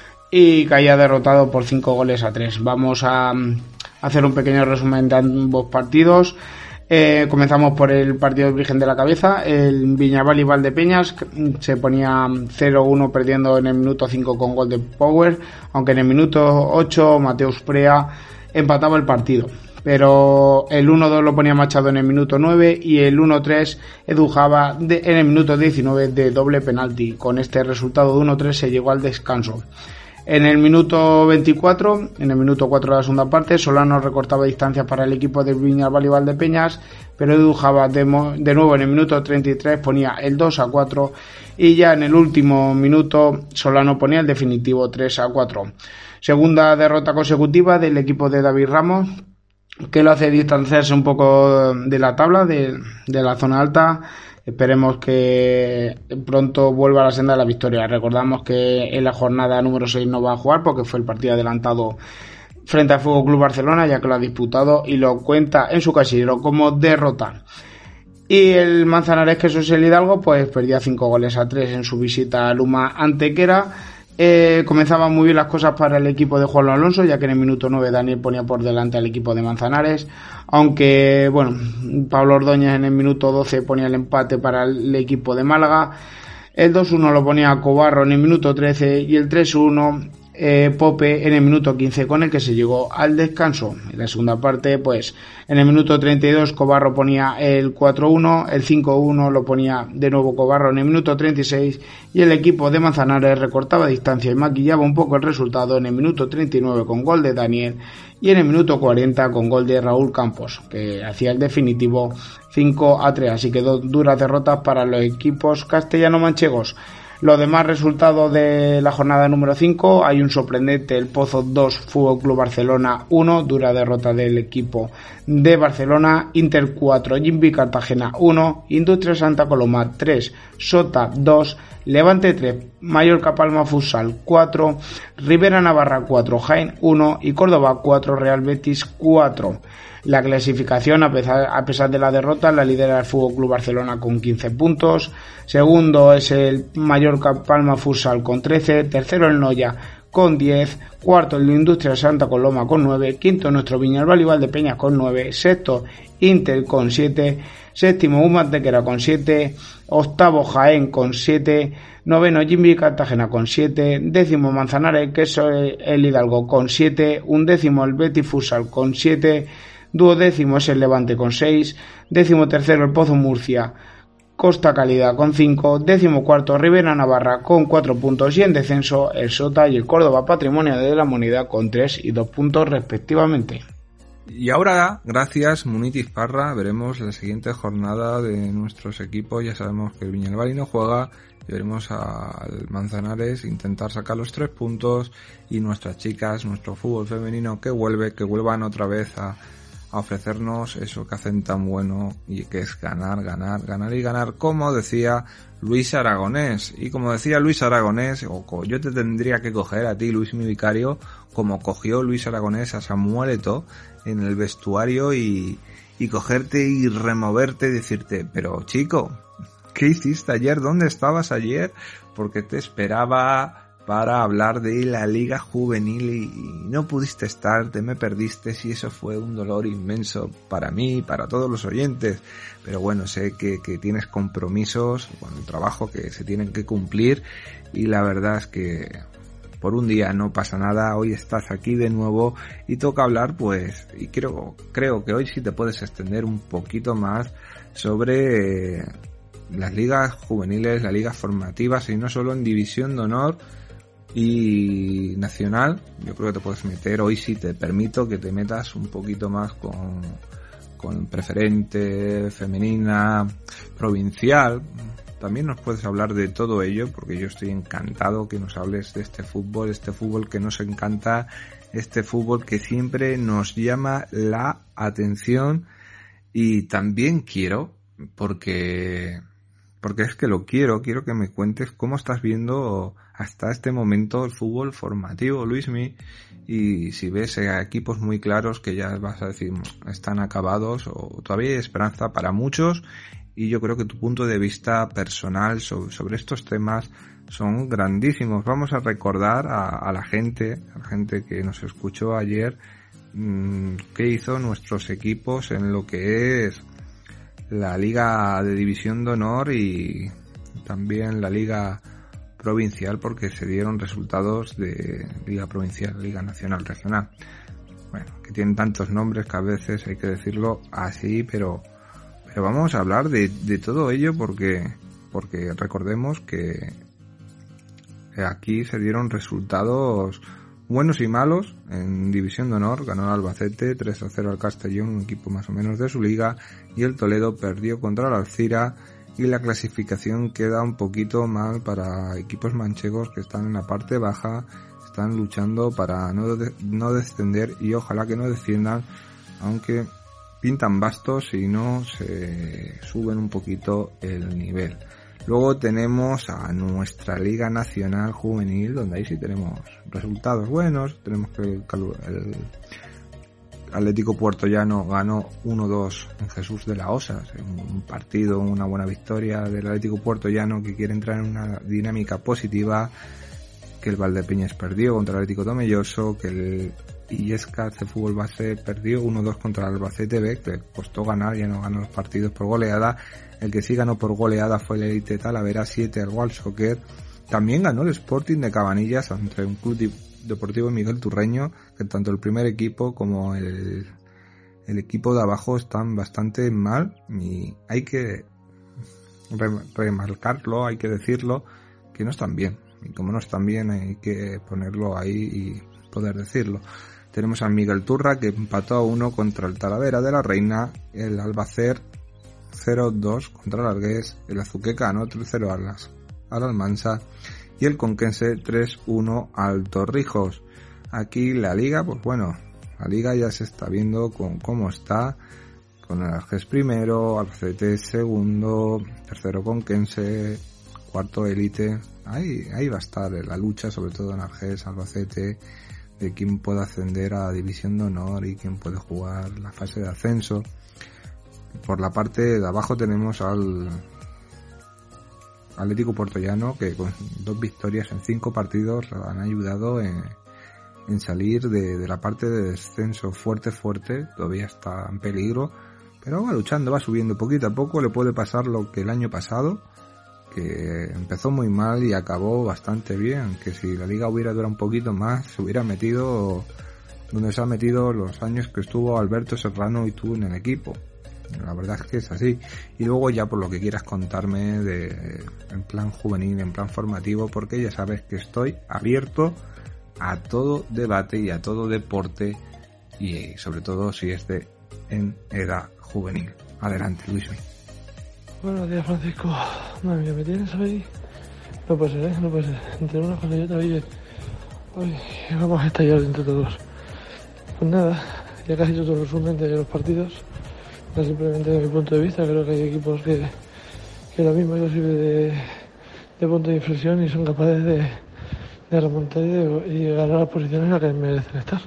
y caía derrotado por 5-3. Vamos a hacer un pequeño resumen de ambos partidos. Comenzamos por el partido de Virgen de la Cabeza. El Viñalbal y Valdepeñas se ponía 0-1 perdiendo en el minuto 5 con gol de Power, aunque en el minuto 8 Mateus Prea empataba el partido. Pero el 1-2 lo ponía Machado en el minuto 9 y el 1-3 Edu Java en el minuto 19 de doble penalti. Con este resultado de 1-3 se llegó al descanso. En el minuto 24, en el minuto 4 de la segunda parte, Solano recortaba distancias para el equipo de Viñalbal y Valdepeñas, pero Edu Java de nuevo en el minuto 33 ponía el 2-4 y ya en el último minuto Solano ponía el definitivo 3-4. Segunda derrota consecutiva del equipo de David Ramos, que lo hace distanciarse un poco de la tabla, de la zona alta. Esperemos que pronto vuelva a la senda de la victoria. Recordamos que en la jornada número 6 no va a jugar porque fue el partido adelantado frente al Fútbol Club Barcelona, ya que lo ha disputado y lo cuenta en su casillero como derrota. Y el Manzanares, que eso es el Hidalgo, pues perdía 5-3 en su visita a Luma Antequera. Comenzaban muy bien las cosas para el equipo de Juan Alonso, ya que en el minuto 9 Daniel ponía por delante al equipo de Manzanares, aunque bueno, Pablo Ordóñez en el minuto 12 ponía el empate para el equipo de Málaga, el 2-1 lo ponía Cobarro en el minuto 13 y el 3-1 Pope en el minuto 15, con el que se llegó al descanso. En la segunda parte, pues en el minuto 32 Cobarro ponía el 4-1, el 5-1 lo ponía de nuevo Cobarro en el minuto 36 y el equipo de Manzanares recortaba distancia y maquillaba un poco el resultado en el minuto 39 con gol de Daniel y en el minuto 40 con gol de Raúl Campos, que hacía el definitivo 5-3, así que 2 duras derrotas para los equipos castellano-manchegos. Los demás resultados de la jornada número 5, hay un sorprendente, el Pozo 2, Fútbol Club Barcelona 1, dura derrota del equipo de Barcelona, Inter 4, Jimbi Cartagena 1, Industria Santa Coloma 3, Sota 2, Levante 3, Mallorca Palma Futsal 4, Rivera Navarra 4, Jaén 1 y Córdoba 4, Real Betis 4. La clasificación, a pesar de la derrota, la lidera el FC Barcelona con 15 puntos. Segundo es el Mallorca Palma Futsal con 13. Tercero el Noya con 10. Cuarto el Industria Santa Coloma con 9. Quinto nuestro Viñalbal y Valdepeñas con 9. Sexto Inter con 7. Séptimo Humantequera con 7. Octavo Jaén con 7. Noveno Jimmy Cartagena con 7. Décimo Manzanares, que es el Hidalgo con 7. Undécimo el Betis Futsal con 7. Duodécimo es el Levante con 6, décimo tercero el Pozo Murcia, Costa Calidad con 5, décimo cuarto Rivera Navarra con 4 puntos y en descenso el Sota y el Córdoba Patrimonio de la Moneda con 3 y 2 puntos respectivamente. Y ahora, gracias Munitis Parra, veremos la siguiente jornada de nuestros equipos. Ya sabemos que el Viñalbal no juega y veremos al Manzanares intentar sacar los 3 puntos y nuestras chicas, nuestro fútbol femenino que vuelvan otra vez a ofrecernos eso que hacen tan bueno y que es ganar, como decía Luis Aragonés. Y como decía Luis Aragonés, yo te tendría que coger a ti, Luis mi vicario, como cogió Luis Aragonés a Samuel Eto'o en el vestuario y cogerte y removerte y decirte, pero chico, ¿qué hiciste ayer? ¿Dónde estabas ayer? Porque te esperaba para hablar de la Liga Juvenil y no pudiste estar, te me perdiste y eso fue un dolor inmenso para mí y para todos los oyentes. Pero bueno, sé que tienes compromisos con el trabajo que se tienen que cumplir y la verdad es que por un día no pasa nada. Hoy estás aquí de nuevo y toca hablar pues, y creo que hoy sí te puedes extender un poquito más sobre las ligas juveniles, las ligas formativas y no solo en División de Honor y nacional. Yo creo que te puedes meter, hoy sí te permito que te metas un poquito más con preferente, femenina, provincial. También nos puedes hablar de todo ello porque yo estoy encantado que nos hables de este fútbol que nos encanta, este fútbol que siempre nos llama la atención y también quiero, porque es que lo quiero que me cuentes cómo estás viendo hasta este momento el fútbol formativo, Luismi, y si ves equipos muy claros que ya vas a decir están acabados o todavía hay esperanza para muchos, y yo creo que tu punto de vista personal sobre estos temas son grandísimos. Vamos a recordar a la gente que nos escuchó ayer qué hizo nuestros equipos en lo que es la Liga de División de Honor y también la Liga Provincial, porque se dieron resultados de Liga Provincial, Liga Nacional, Regional. Bueno, que tienen tantos nombres que a veces hay que decirlo así, pero vamos a hablar de todo ello porque recordemos que aquí se dieron resultados buenos y malos. En División de Honor ganó el Albacete 3-0 al Castellón, un equipo más o menos de su liga, y el Toledo perdió contra el Alcira, y la clasificación queda un poquito mal para equipos manchegos que están en la parte baja, están luchando para no descender y ojalá que no desciendan, aunque pintan bastos y no se suben un poquito el nivel. Luego tenemos a nuestra Liga Nacional Juvenil, donde ahí sí tenemos resultados buenos. Tenemos que el Atlético Puertollano ganó 1-2 en Jesús de la Osa, un partido, una buena victoria del Atlético Puertollano que quiere entrar en una dinámica positiva. Que el Valdepeñas perdió contra el Atlético Tomelloso, que el Illescas de fútbol base perdió 1-2 contra el Albacete B, que costó ganar, ya no ganó los partidos por goleada. El que sí ganó por goleada fue el Elite Talavera 7 al Wild Soccer. También ganó el Sporting de Cabanillas entre un club deportivo Miguel Turreño, que tanto el primer equipo como el equipo de abajo están bastante mal y hay que remarcarlo, hay que decirlo, que no están bien. Y como no están bien hay que ponerlo ahí y poder decirlo. Tenemos a Miguel Turra que empató a 1 contra el Talavera de la Reina, el Albacer 0-2 contra el Argués, el Azuqueca ganó 3-0 al Almansa y el Conquense 3-1 al Torrijos. Aquí la liga, pues bueno, la liga ya se está viendo con cómo está, con el Argués primero, Albacete segundo, tercero Conquense, cuarto élite. Ahí va a estar la lucha, sobre todo en Argés, Albacete, de quién puede ascender a División de Honor y quién puede jugar la fase de ascenso. Por la parte de abajo tenemos al Atlético Puertollano, que con 2 victorias en 5 partidos han ayudado en salir de la parte de descenso fuerte, todavía está en peligro, pero va luchando, va subiendo poquito a poco. Le puede pasar lo que el año pasado, que empezó muy mal y acabó bastante bien, que si la liga hubiera durado un poquito más, se hubiera metido donde se ha metido los años que estuvo Alberto Serrano y tú en el equipo. La verdad es que es así. Y luego ya por lo que quieras contarme en plan juvenil, en plan formativo, porque ya sabes que estoy abierto a todo debate y a todo deporte, y sobre todo si es en edad juvenil. Adelante, Luismi. Buenos días, Francisco. Madre mía, ¿me tienes hoy? No puede ser, no puede ser. Entre una cosa y otra, hoy vamos a estallar entre todos. Pues nada, ya casi todo el resumen de los partidos. Simplemente desde mi punto de vista, creo que hay equipos que lo mismo sirve de punto de inflexión y son capaces de remontar y ganar las posiciones en las que merecen estar.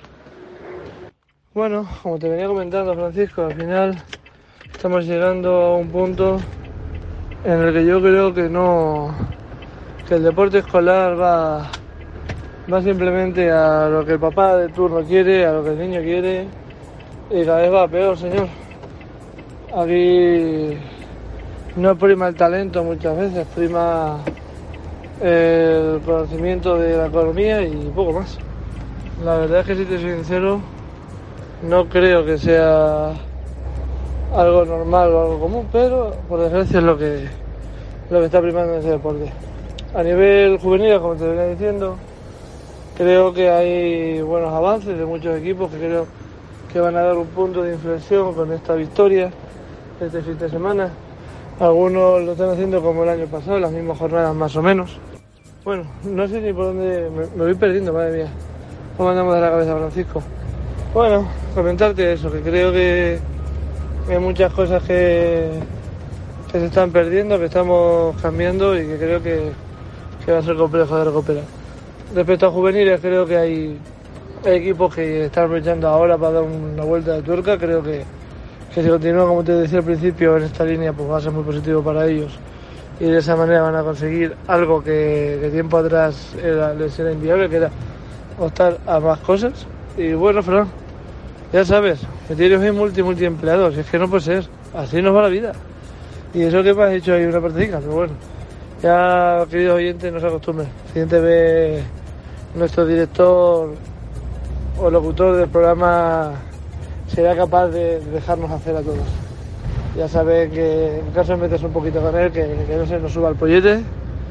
Bueno, como te venía comentando, Francisco, al final estamos llegando a un punto en el que yo creo que el deporte escolar va simplemente a lo que el papá de turno quiere, a lo que el niño quiere, y cada vez va peor, señor. Aquí no prima el talento muchas veces, prima el conocimiento de la economía y poco más. La verdad es que, si te soy sincero, no creo que sea algo normal o algo común, pero por desgracia es lo que está primando en ese deporte. A nivel juvenil, como te venía diciendo, creo que hay buenos avances de muchos equipos que creo que van a dar un punto de inflexión con esta victoria este fin de semana. Algunos lo están haciendo como el año pasado, las mismas jornadas más o menos. Bueno, no sé ni por dónde me voy perdiendo, madre mía. ¿Cómo andamos de la cabeza, Francisco? Bueno, comentarte eso, que creo que hay muchas cosas que se están perdiendo, que estamos cambiando y que creo que va a ser complejo de recuperar. Respecto a juveniles, creo que hay equipos que están aprovechando ahora para dar una vuelta de tuerca. Creo que si continúa, como te decía al principio, en esta línea, pues va a ser muy positivo para ellos, y de esa manera van a conseguir algo que tiempo atrás les era inviable, que era optar a más cosas. Y bueno, Fran, ya sabes, que tienes hoy multiempleados, y es que no puede ser, así nos va la vida. Y eso que me has hecho ahí una partidita, pero bueno, ya, queridos oyentes, no se acostumbren. Siguiente vez nuestro director o locutor del programa será capaz de dejarnos hacer a todos. Ya sabes que en caso de meterse un poquito con él, que no se nos suba el pollete.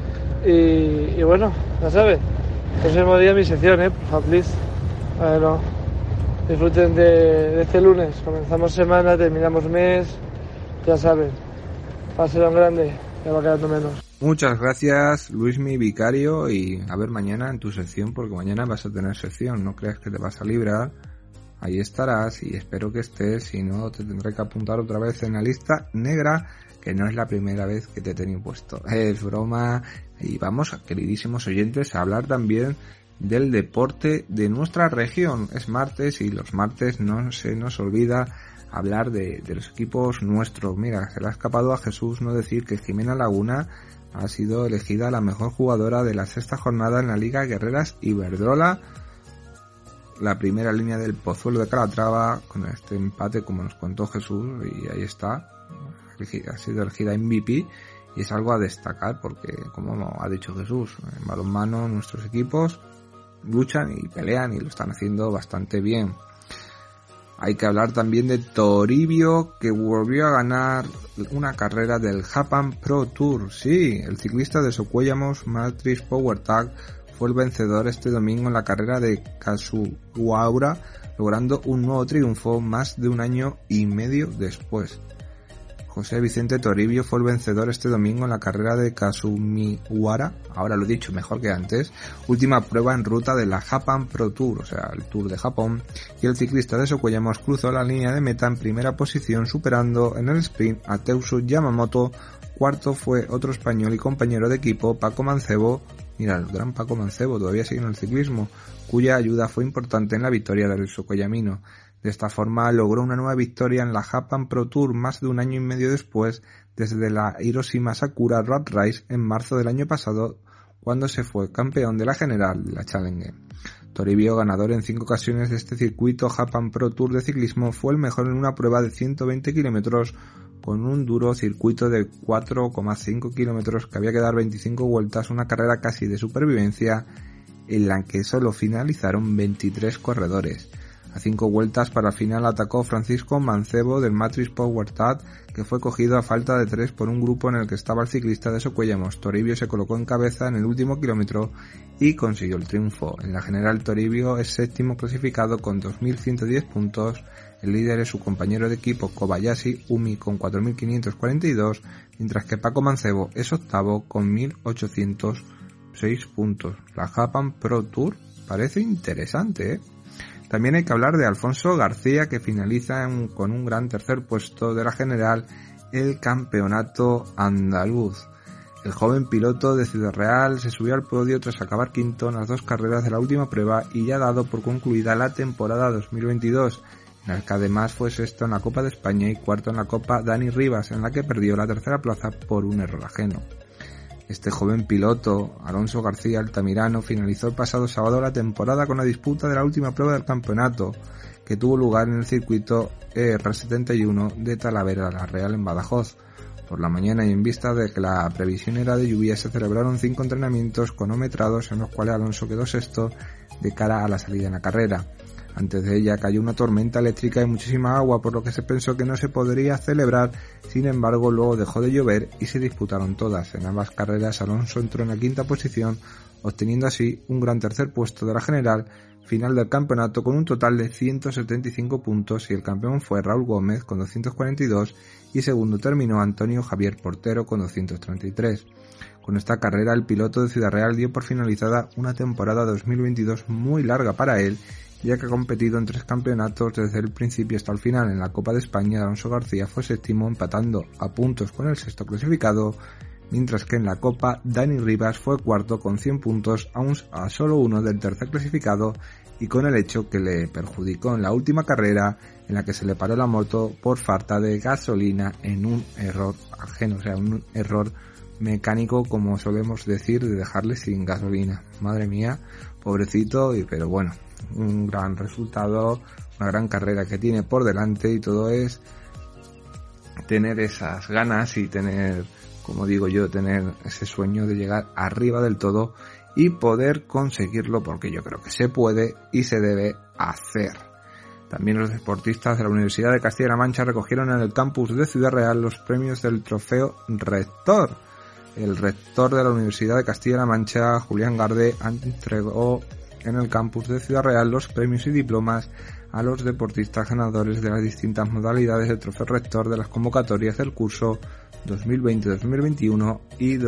Y bueno, ya sabes, que ese mismo día mi sección, por favor, please. Bueno, disfruten de este lunes. Comenzamos semana, terminamos mes, ya saben. Pásenlo en grande, ya va quedando menos. Muchas gracias, Luismi Vicario, y a ver mañana en tu sección, porque mañana vas a tener sección, no creas que te vas a librar. Ahí estarás y espero que estés, si no te tendré que apuntar otra vez en la lista negra, que no es la primera vez que te he tenido puesto. Es broma. Y vamos, queridísimos oyentes, a hablar también del deporte de nuestra región. Es martes y los martes no se nos olvida hablar de los equipos nuestros. Mira, se le ha escapado a Jesús no decir que Jimena Laguna ha sido elegida la mejor jugadora de la sexta jornada en la Liga Guerreras Iberdrola. La primera línea del Pozuelo de Calatrava, con este empate, como nos contó Jesús, y ahí está, ha sido elegida MVP, y es algo a destacar porque, como ha dicho Jesús, en balonmano nuestros equipos luchan y pelean y lo están haciendo bastante bien. Hay que hablar también de Toribio, que volvió a ganar una carrera del Japan Pro Tour. Sí, el ciclista de Socuellamos Matrix Power Tag fue el vencedor este domingo en la carrera de Kasugaura, logrando un nuevo triunfo más de un año y medio después. José Vicente Toribio fue el vencedor este domingo en la carrera de Kasumiwara, ahora lo he dicho mejor que antes, última prueba en ruta de la Japan Pro Tour, o sea, el Tour de Japón, y el ciclista de Socuellamos cruzó la línea de meta en primera posición, superando en el sprint a Teusu Yamamoto Cuarto fue otro español y compañero de equipo, Paco Mancebo. Mira, el gran Paco Mancebo todavía sigue en el ciclismo, cuya ayuda fue importante en la victoria de Renzo Collamino. De esta forma logró una nueva victoria en la Japan Pro Tour más de un año y medio después, desde la Hiroshima Sakura Road Race en marzo del año pasado, cuando se fue campeón de la general de la Challenge. Toribio, ganador en 5 ocasiones de este circuito Japan Pro Tour de ciclismo, fue el mejor en una prueba de 120 kilómetros con un duro circuito de 4,5 kilómetros que había que dar 25 vueltas, una carrera casi de supervivencia en la que solo finalizaron 23 corredores. A 5 vueltas para el final atacó Francisco Mancebo del Matrix Powertat, que fue cogido a falta de 3 por un grupo en el que estaba el ciclista de Socuellamos. Toribio se colocó en cabeza en el último kilómetro y consiguió el triunfo. En la general, Toribio es séptimo clasificado con 2.110 puntos. El líder es su compañero de equipo Kobayashi Umi con 4.542, mientras que Paco Mancebo es octavo con 1.806 puntos. La Japan Pro Tour parece interesante, ¿eh? También hay que hablar de Alfonso García, que finaliza con un gran tercer puesto de la general el campeonato andaluz. El joven piloto de Ciudad Real se subió al podio tras acabar quinto en las 2 carreras de la última prueba y ya dado por concluida la temporada 2022, en la que además fue sexto en la Copa de España y cuarto en la Copa Dani Rivas, en la que perdió la tercera plaza por un error ajeno. Este joven piloto, Alonso García Altamirano, finalizó el pasado sábado la temporada con la disputa de la última prueba del campeonato, que tuvo lugar en el circuito ER71 de Talavera la Real en Badajoz. Por la mañana y en vista de que la previsión era de lluvia, se celebraron 5 entrenamientos cronometrados en los cuales Alonso quedó sexto de cara a la salida en la carrera. Antes de ella cayó una tormenta eléctrica y muchísima agua, por lo que se pensó que no se podría celebrar. Sin embargo, luego dejó de llover y se disputaron todas. En ambas carreras Alonso entró en la quinta posición, obteniendo así un gran tercer puesto de la general final del campeonato con un total de 175 puntos, y el campeón fue Raúl Gómez con 242 y segundo terminó Antonio Javier Portero con 233. Con esta carrera el piloto de Ciudad Real dio por finalizada una temporada 2022 muy larga para él, ya que ha competido en 3 campeonatos desde el principio hasta el final. En la Copa de España, Alonso García fue séptimo, empatando a puntos con el sexto clasificado, mientras que en la Copa Dani Rivas fue cuarto con 100 puntos, a solo uno del tercer clasificado, y con el hecho que le perjudicó en la última carrera, en la que se le paró la moto por falta de gasolina en un error ajeno, o sea, un error mecánico, como solemos decir, de dejarle sin gasolina. Madre mía, pobrecito, pero bueno, un gran resultado, una gran carrera que tiene por delante, y todo es tener esas ganas y tener, como digo yo, tener ese sueño de llegar arriba del todo y poder conseguirlo, porque yo creo que se puede y se debe hacer. También los deportistas de la Universidad de Castilla-La Mancha recogieron en el campus de Ciudad Real los premios del trofeo Rector. El rector de la Universidad de Castilla-La Mancha, Julián Garde, entregó en el campus de Ciudad Real los premios y diplomas a los deportistas ganadores de las distintas modalidades del trofeo Rector de las convocatorias del curso 2020-2021 y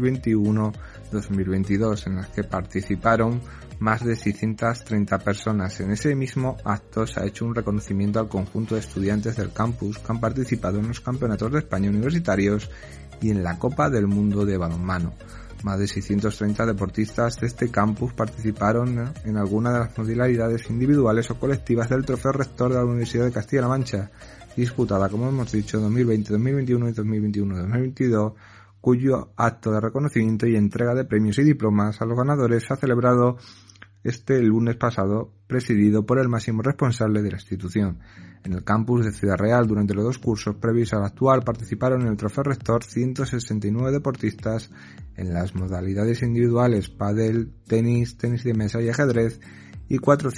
2021-2022, en las que participaron más de 630 personas. En ese mismo acto se ha hecho un reconocimiento al conjunto de estudiantes del campus que han participado en los campeonatos de España universitarios y en la Copa del Mundo de balonmano. Más de 630 deportistas de este campus participaron en alguna de las modalidades individuales o colectivas del trofeo Rector de la Universidad de Castilla-La Mancha, disputada, como hemos dicho, 2020-2021 y 2021-2022, cuyo acto de reconocimiento y entrega de premios y diplomas a los ganadores se ha celebrado este lunes pasado, presidido por el máximo responsable de la institución. En el campus de Ciudad Real, durante los 2 cursos previos al actual, participaron en el trofeo Rector 169 deportistas en las modalidades individuales pádel, tenis de mesa y ajedrez, y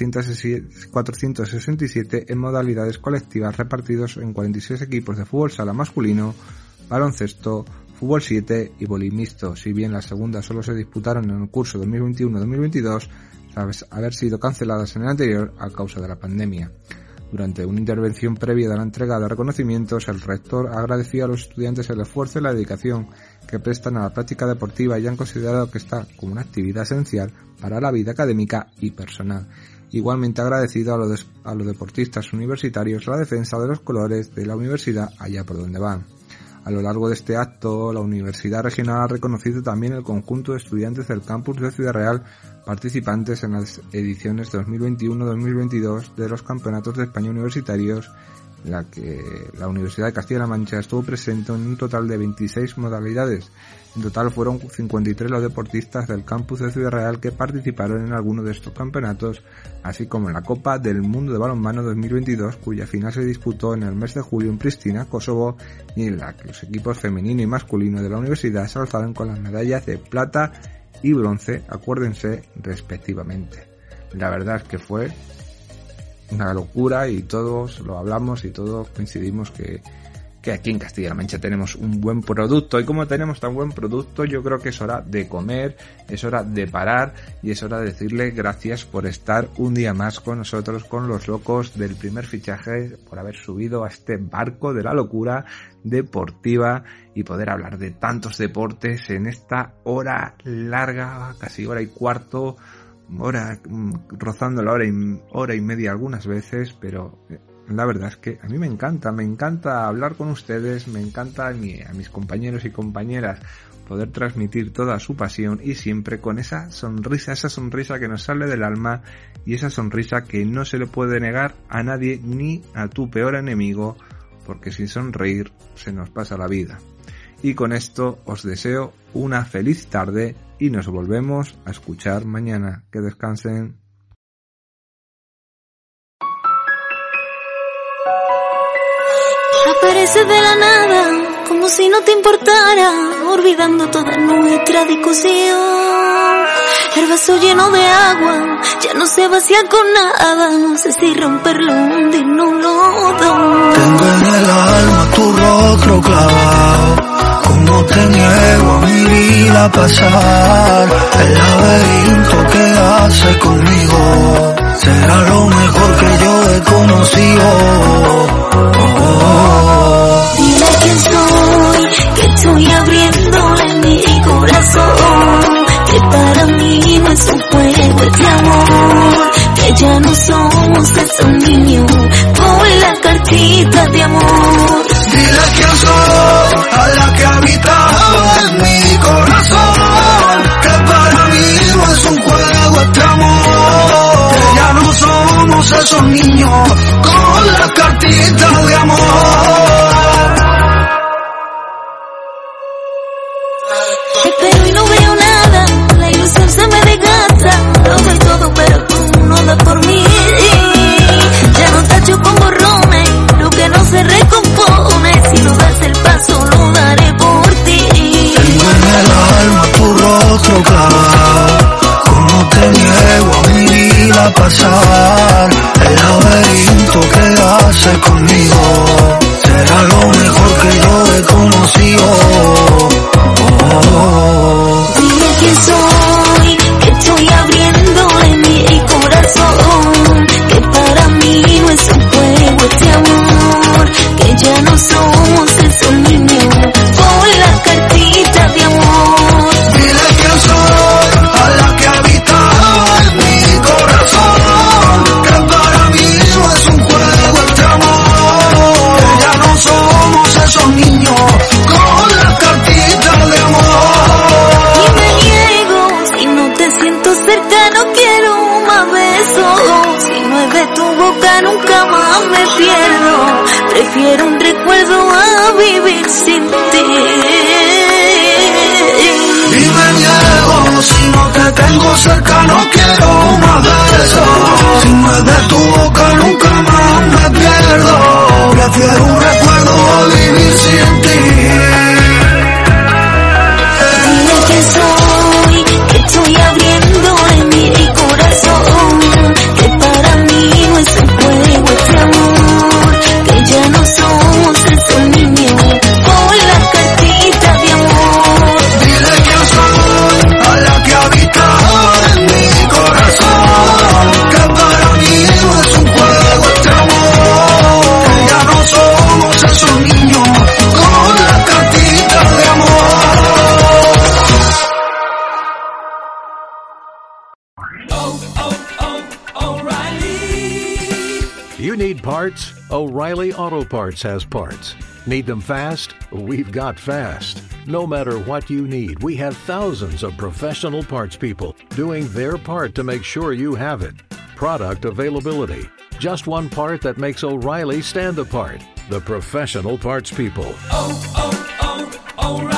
467 en modalidades colectivas, repartidos en 46 equipos de fútbol sala masculino, baloncesto, fútbol 7 y vóley mixto. Si bien las segundas solo se disputaron en el curso 2021-2022, tras haber sido canceladas en el anterior a causa de la pandemia. Durante una intervención previa de la entrega de reconocimientos, el rector agradeció a los estudiantes el esfuerzo y la dedicación que prestan a la práctica deportiva y han considerado que está como una actividad esencial para la vida académica y personal. Igualmente agradecido a los deportistas universitarios la defensa de los colores de la universidad allá por donde van. A lo largo de este acto, la Universidad Regional ha reconocido también el conjunto de estudiantes del campus de Ciudad Real participantes en las ediciones 2021-2022 de los Campeonatos de España Universitarios, en la que la Universidad de Castilla-La Mancha estuvo presente en un total de 26 modalidades. En total fueron 53 los deportistas del campus de Ciudad Real que participaron en alguno de estos campeonatos, así como en la Copa del Mundo de Balonmano 2022, cuya final se disputó en el mes de julio en Pristina, Kosovo, y en la que los equipos femenino y masculino de la universidad se alzaron con las medallas de plata y bronce, acuérdense, respectivamente. La verdad es que fue una locura y todos lo hablamos y todos coincidimos que aquí en Castilla-La Mancha tenemos un buen producto, y como tenemos tan buen producto, yo creo que es hora de comer, es hora de parar y es hora de decirle gracias por estar un día más con nosotros, con los locos del primer fichaje, por haber subido a este barco de la locura deportiva y poder hablar de tantos deportes en esta hora larga, casi hora y cuarto, hora rozando la hora y media algunas veces, pero la verdad es que a mí me encanta hablar con ustedes, me encanta a mis compañeros y compañeras poder transmitir toda su pasión y siempre con esa sonrisa que nos sale del alma y esa sonrisa que no se le puede negar a nadie ni a tu peor enemigo, porque sin sonreír se nos pasa la vida. Y con esto os deseo una feliz tarde y nos volvemos a escuchar mañana. Que descansen. Apareces de la nada, como si no te importara, olvidando toda nuestra discusión. El vaso lleno de agua, ya no se vacía con nada, no sé si romperlo, hundirnos los dos. Tengo en el alma tu rostro clavado, como te niego a mi vida pasar. El laberinto que hace conmigo será lo mejor que yo he conocido. Dime quién soy, que estoy abriéndole mi corazón, que para mí no es un juego este amor, que ya no somos esos niños con las cartitas de amor. Dile quién soy, a la que habita en mi corazón, que para mí no es un juego este amor, que ya no somos esos niños con las cartitas de amor. Espero y no veo nada, la ilusión se me desgasta, lo doy todo pero tú no das por mí. Ya no tacho con borrones, lo que no se recompone, si no das el paso lo daré por ti. Tengo en el alma tu rostro clavado, como te niego a mi vida pasar. El laberinto que hace conmigo será lo mejor que yo he conocido. Dime quién soy, que estoy abriéndole mi corazón, que para mí no es un juego este amor, que ya no somos esos niños con las cartitas de amor. Dile quién soy, a la que habita en mi corazón, que para mí no es un juego este amor, que ya no somos esos niños con las cartitas de amor. Y me niego, si no te siento cerca no quiero más besos, si no es de tu boca nunca más me pierdo, prefiero un recuerdo a vivir sin ti. Y me niego, si no te tengo cerca no quiero más besos, si no es de tu boca nunca más me pierdo, prefiero un recuerdo a vivir sin ti. Dile que soy, que estoy abriéndole mi corazón, que para mí no es un juego este amor, que ya no somos esos niños con las cartitas de amor. Dile quién soy, a la que habita en mi corazón, que para mí no es un juego este amor, que ya no somos esos niños con las cartitas de amor. You need parts? O'Reilly Auto Parts has parts. Need them fast? We've got fast. No matter what you need, we have thousands of professional parts people doing their part to make sure you have it. Product availability. Just one part that makes O'Reilly stand apart. The professional parts people. Oh, oh, oh, O'Reilly.